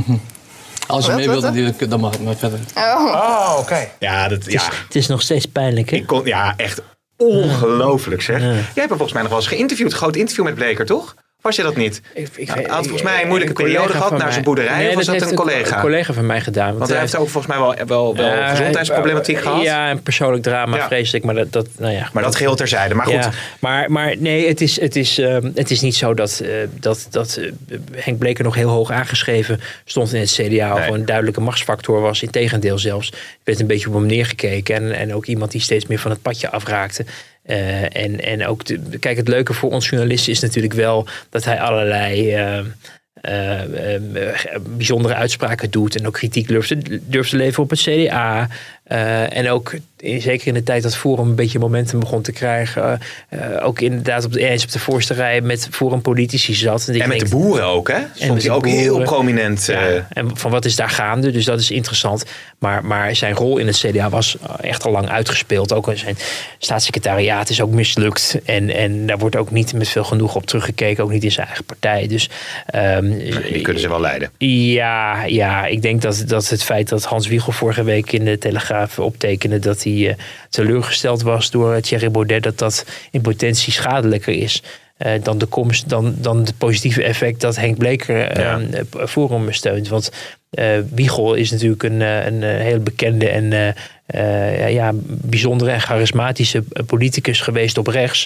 Als je mee wilt, natuurlijk, dan mag het maar verder. Oh, oh oké. Okay. Ja, dat, het, is, ja. het is nog steeds pijnlijk, hè? Ik kon, ja, echt ongelooflijk, zeg. Ja. Jij hebt hem volgens mij nog wel eens geïnterviewd. Een groot interview met Bleker, toch? Was je dat niet? Ik, ik, hij had volgens mij een moeilijke een periode gehad naar zijn boerderij. Nee, of was dat, dat een collega? Een collega van mij gedaan. Want, want hij heeft ook volgens mij wel, wel, wel uh, gezondheidsproblematiek uh, gehad. Ja, een persoonlijk drama, ja. vreselijk. Maar dat, dat, nou ja, maar dat geheel terzijde. Maar goed. Ja, maar, maar nee, het is, het, is, uh, het is niet zo dat, uh, dat, dat uh, Henk Bleker nog heel hoog aangeschreven stond in het C D A. Of nee. een duidelijke machtsfactor was. Integendeel zelfs. Er werd een beetje op hem neergekeken. En, en ook iemand die steeds meer van het padje afraakte. Uh, en, en ook, de, kijk, het leuke voor ons journalisten is natuurlijk wel dat hij allerlei uh, uh, uh, bijzondere uitspraken doet. En ook kritiek durft te, durft te leveren op het C D A. Uh, en ook, zeker in de tijd dat Forum een beetje momentum begon te krijgen. Uh, uh, ook inderdaad op de, eens op de voorste rij met Forum politici zat. En, en met denk, de boeren ook, hè? Stond hij ook boeren. heel prominent. Uh... Ja, en van wat is daar gaande? Dus dat is interessant. Maar, maar zijn rol in het C D A was echt al lang uitgespeeld. Ook zijn staatssecretariaat is ook mislukt. En, en daar wordt ook niet met veel genoeg op teruggekeken. Ook niet in zijn eigen partij. Dus, um, die kunnen ze wel leiden. Ja, ja, ik denk dat, dat het feit dat Hans Wiegel vorige week in de Telegraaf optekende dat hij uh, teleurgesteld was door uh, Thierry Baudet, dat dat in potentie schadelijker is uh, dan de komst, dan, dan het positieve effect dat Henk Bleker uh, ja. Forum steunt. Want uh, Wiegel is natuurlijk een, een, een heel bekende en uh, uh, ja, bijzondere en charismatische politicus geweest op rechts.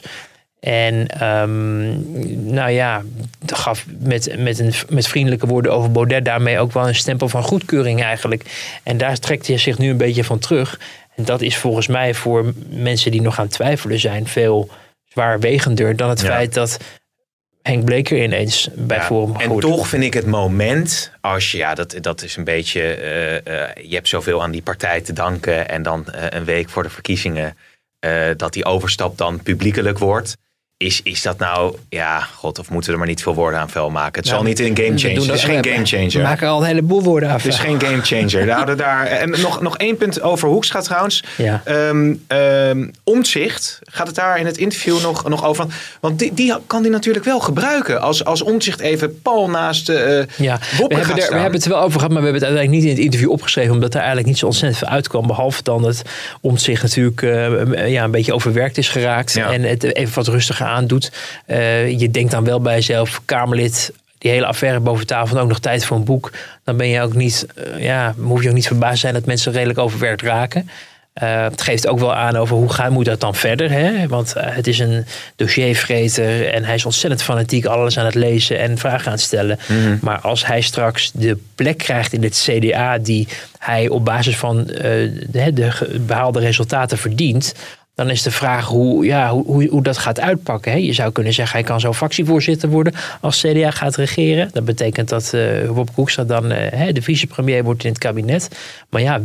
En um, nou ja, gaf met, met, een, met vriendelijke woorden over Baudet daarmee ook wel een stempel van goedkeuring eigenlijk. En daar trekt hij zich nu een beetje van terug. En dat is volgens mij voor mensen die nog aan het twijfelen zijn veel zwaarwegender dan het ja. feit dat Henk Bleker ineens bij ja, Forum En toch vind ik het moment, als je, ja, dat, dat is een beetje, uh, uh, je hebt zoveel aan die partij te danken en dan uh, een week voor de verkiezingen uh, dat die overstap dan publiekelijk wordt. Is, is dat nou, ja, god, of moeten we er maar niet veel woorden aan vuil maken? Het nou, zal niet een game changer. Het is geen game changer. We maken al een heleboel woorden af. Het is geen game changer. Daar, daar, en nog, nog één punt over Hoekstra trouwens. Ja. Um, um, Omtzigt, gaat het daar in het interview nog, nog over? Want die, die kan die natuurlijk wel gebruiken. Als, als Omtzigt even pal naast uh, ja. Wopke we hebben, er, we hebben het er wel over gehad, maar we hebben het uiteindelijk niet in het interview opgeschreven. Omdat er eigenlijk niet zo ontzettend veel uitkwam. Behalve dan dat Omtzigt natuurlijk uh, ja, een beetje overwerkt is geraakt. Ja. En het even wat rustiger aandoet. Uh, je denkt dan wel bij jezelf, Kamerlid, die hele affaire boven tafel en ook nog tijd voor een boek. Dan ben je ook niet, uh, ja, hoef je ook niet verbaasd zijn dat mensen redelijk overwerkt raken. Uh, het geeft ook wel aan over hoe gaat, moet dat dan verder. Hè? Want uh, het is een dossiervreter en hij is ontzettend fanatiek alles aan het lezen en vragen aan het stellen. Mm-hmm. Maar als hij straks de plek krijgt in het C D A die hij op basis van uh, de, de behaalde resultaten verdient, dan is de vraag hoe, ja, hoe, hoe, hoe dat gaat uitpakken. Hè? Je zou kunnen zeggen, hij kan zo fractievoorzitter worden als C D A gaat regeren. Dat betekent dat uh, Wopke Hoekstra dan uh, de vicepremier wordt in het kabinet. Maar ja,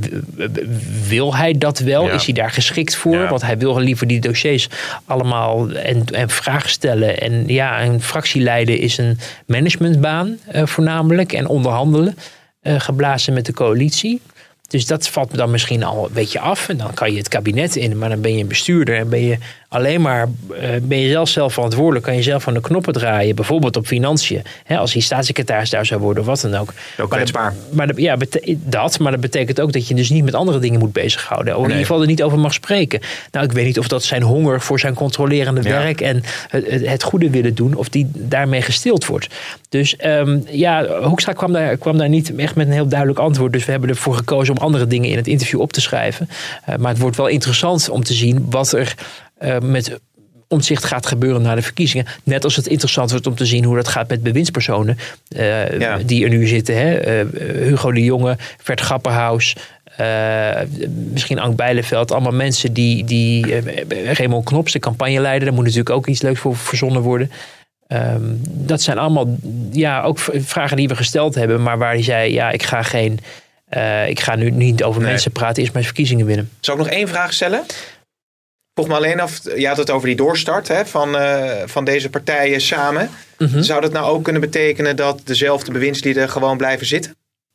wil hij dat wel? Ja. Is hij daar geschikt voor? Ja. Want hij wil liever die dossiers allemaal en, en vragen stellen. En ja, een fractie leiden is een managementbaan uh, voornamelijk. En onderhandelen, uh, geblazen met de coalitie. Dus dat valt dan misschien al een beetje af. En dan kan je het kabinet in. Maar dan ben je een bestuurder. En ben je alleen maar uh, ben je zelf zelf verantwoordelijk, kan je zelf aan de knoppen draaien, bijvoorbeeld op financiën. Hè, als hij staatssecretaris daar zou worden of wat dan ook. Ook kwetsbaar. Maar dat, ja, bete- dat, maar dat betekent ook dat je dus niet met andere dingen moet bezighouden. Of in ieder geval er niet over mag spreken. Nou, ik weet niet of dat zijn honger voor zijn controlerende ja. werk en het, het goede willen doen, of die daarmee gestild wordt. Dus um, ja, Hoekstra kwam daar, kwam daar niet echt met een heel duidelijk antwoord. Dus we hebben ervoor gekozen om andere dingen in het interview op te schrijven. Uh, maar het wordt wel interessant om te zien wat er uh, met Omtzigt gaat gebeuren na de verkiezingen. Net als het interessant wordt om te zien hoe dat gaat met bewindspersonen uh, ja. die er nu zitten. Hè? Uh, Hugo de Jonge, Vert Grapperhaus, uh, misschien Ank Bijleveld. Allemaal mensen die, die uh, Raymond Knops, de campagneleider, daar moet natuurlijk ook iets leuks voor verzonnen worden. Um, dat zijn allemaal ja, ook vragen die we gesteld hebben, maar waar hij zei, ja, ik ga geen, uh, ik ga nu niet over nee. mensen praten, eerst maar verkiezingen winnen. Zal ik nog één vraag stellen? Vroeg me alleen af, je had het over die doorstart hè, van, uh, van deze partijen samen. Mm-hmm. Zou dat nou ook kunnen betekenen dat dezelfde bewindslieden gewoon blijven zitten?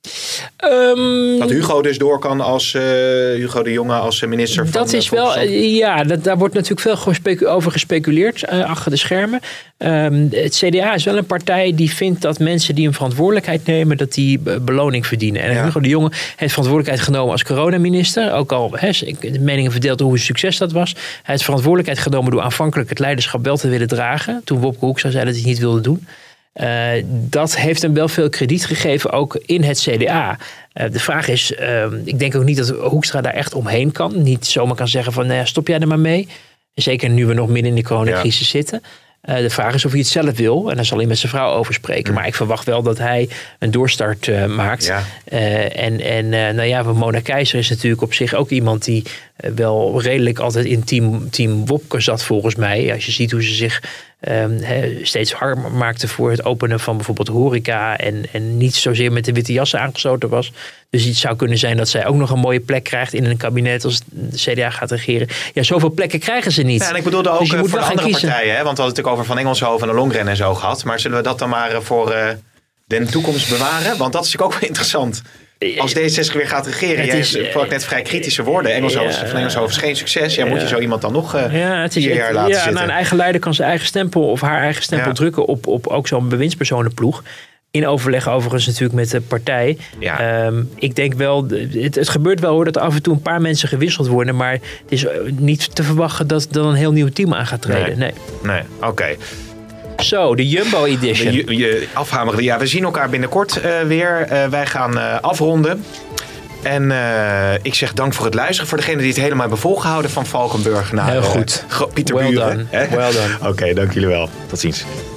Um, dat Hugo dus door kan als uh, Hugo de Jonge als minister van dat is wel, ja, dat, daar wordt natuurlijk veel gespecu- over gespeculeerd uh, achter de schermen. Um, het C D A is wel een partij die vindt dat mensen die een verantwoordelijkheid nemen, dat die beloning verdienen. En ja. Hugo de Jonge heeft verantwoordelijkheid genomen als coronaminister. Ook al he, de meningen verdeeld hoe een succes dat was. Hij heeft verantwoordelijkheid genomen door aanvankelijk het leiderschap wel te willen dragen. Toen Wopke Hoekstra zei dat hij het niet wilde doen. Uh, dat heeft hem wel veel krediet gegeven, ook in het C D A. Uh, de vraag is, uh, ik denk ook niet dat Hoekstra daar echt omheen kan. Niet zomaar kan zeggen van, nou, stop jij er maar mee. Zeker nu we nog midden in de coronacrisis ja. zitten. Uh, de vraag is of hij het zelf wil. En daar zal hij met zijn vrouw over spreken. Mm. Maar ik verwacht wel dat hij een doorstart uh, maakt. Ja. Uh, en en uh, nou ja, Mona Keijzer is natuurlijk op zich ook iemand die uh, wel redelijk altijd in team, team Wopke zat volgens mij. Als je ziet hoe ze zich um, he, steeds hard maakte voor het openen van bijvoorbeeld horeca. En, en niet zozeer met de witte jassen aangesloten was. Dus het zou kunnen zijn dat zij ook nog een mooie plek krijgt in een kabinet als de C D A gaat regeren. Ja, zoveel plekken krijgen ze niet. Ja, en ik bedoelde ook dus voor de andere kiezen. partijen. Hè? Want we hadden het natuurlijk over Van Engelshoven en de Longren en zo gehad. Maar zullen we dat dan maar voor uh, de toekomst bewaren? Want dat is natuurlijk ook wel interessant. Als D zesenzestig weer gaat regeren. Jij sprak net vrij kritische woorden. Engelshoven, ja, Van Engelshoven is geen succes. Ja, moet je zo iemand dan nog uh, ja, het is, vier jaar laten ja, zitten? Nou, een eigen leider kan zijn eigen stempel of haar eigen stempel ja. drukken op, op ook zo'n bewindspersonenploeg. In overleg overigens natuurlijk met de partij. Ja. Um, ik denk wel, het, het gebeurt wel hoor dat er af en toe een paar mensen gewisseld worden. Maar het is niet te verwachten dat er een heel nieuw team aan gaat treden. Nee, nee. nee. oké. Okay. Zo, de Jumbo Edition. De ju- je afhameren. Ja, we zien elkaar binnenkort uh, weer. Uh, wij gaan uh, afronden. En uh, ik zeg dank voor het luisteren. Voor degenen die het helemaal hebben volgehouden van Valkenburg naar heel goed. Uh, Pieter well Buren. Done. Well done. Oké, okay, dank jullie wel. Tot ziens.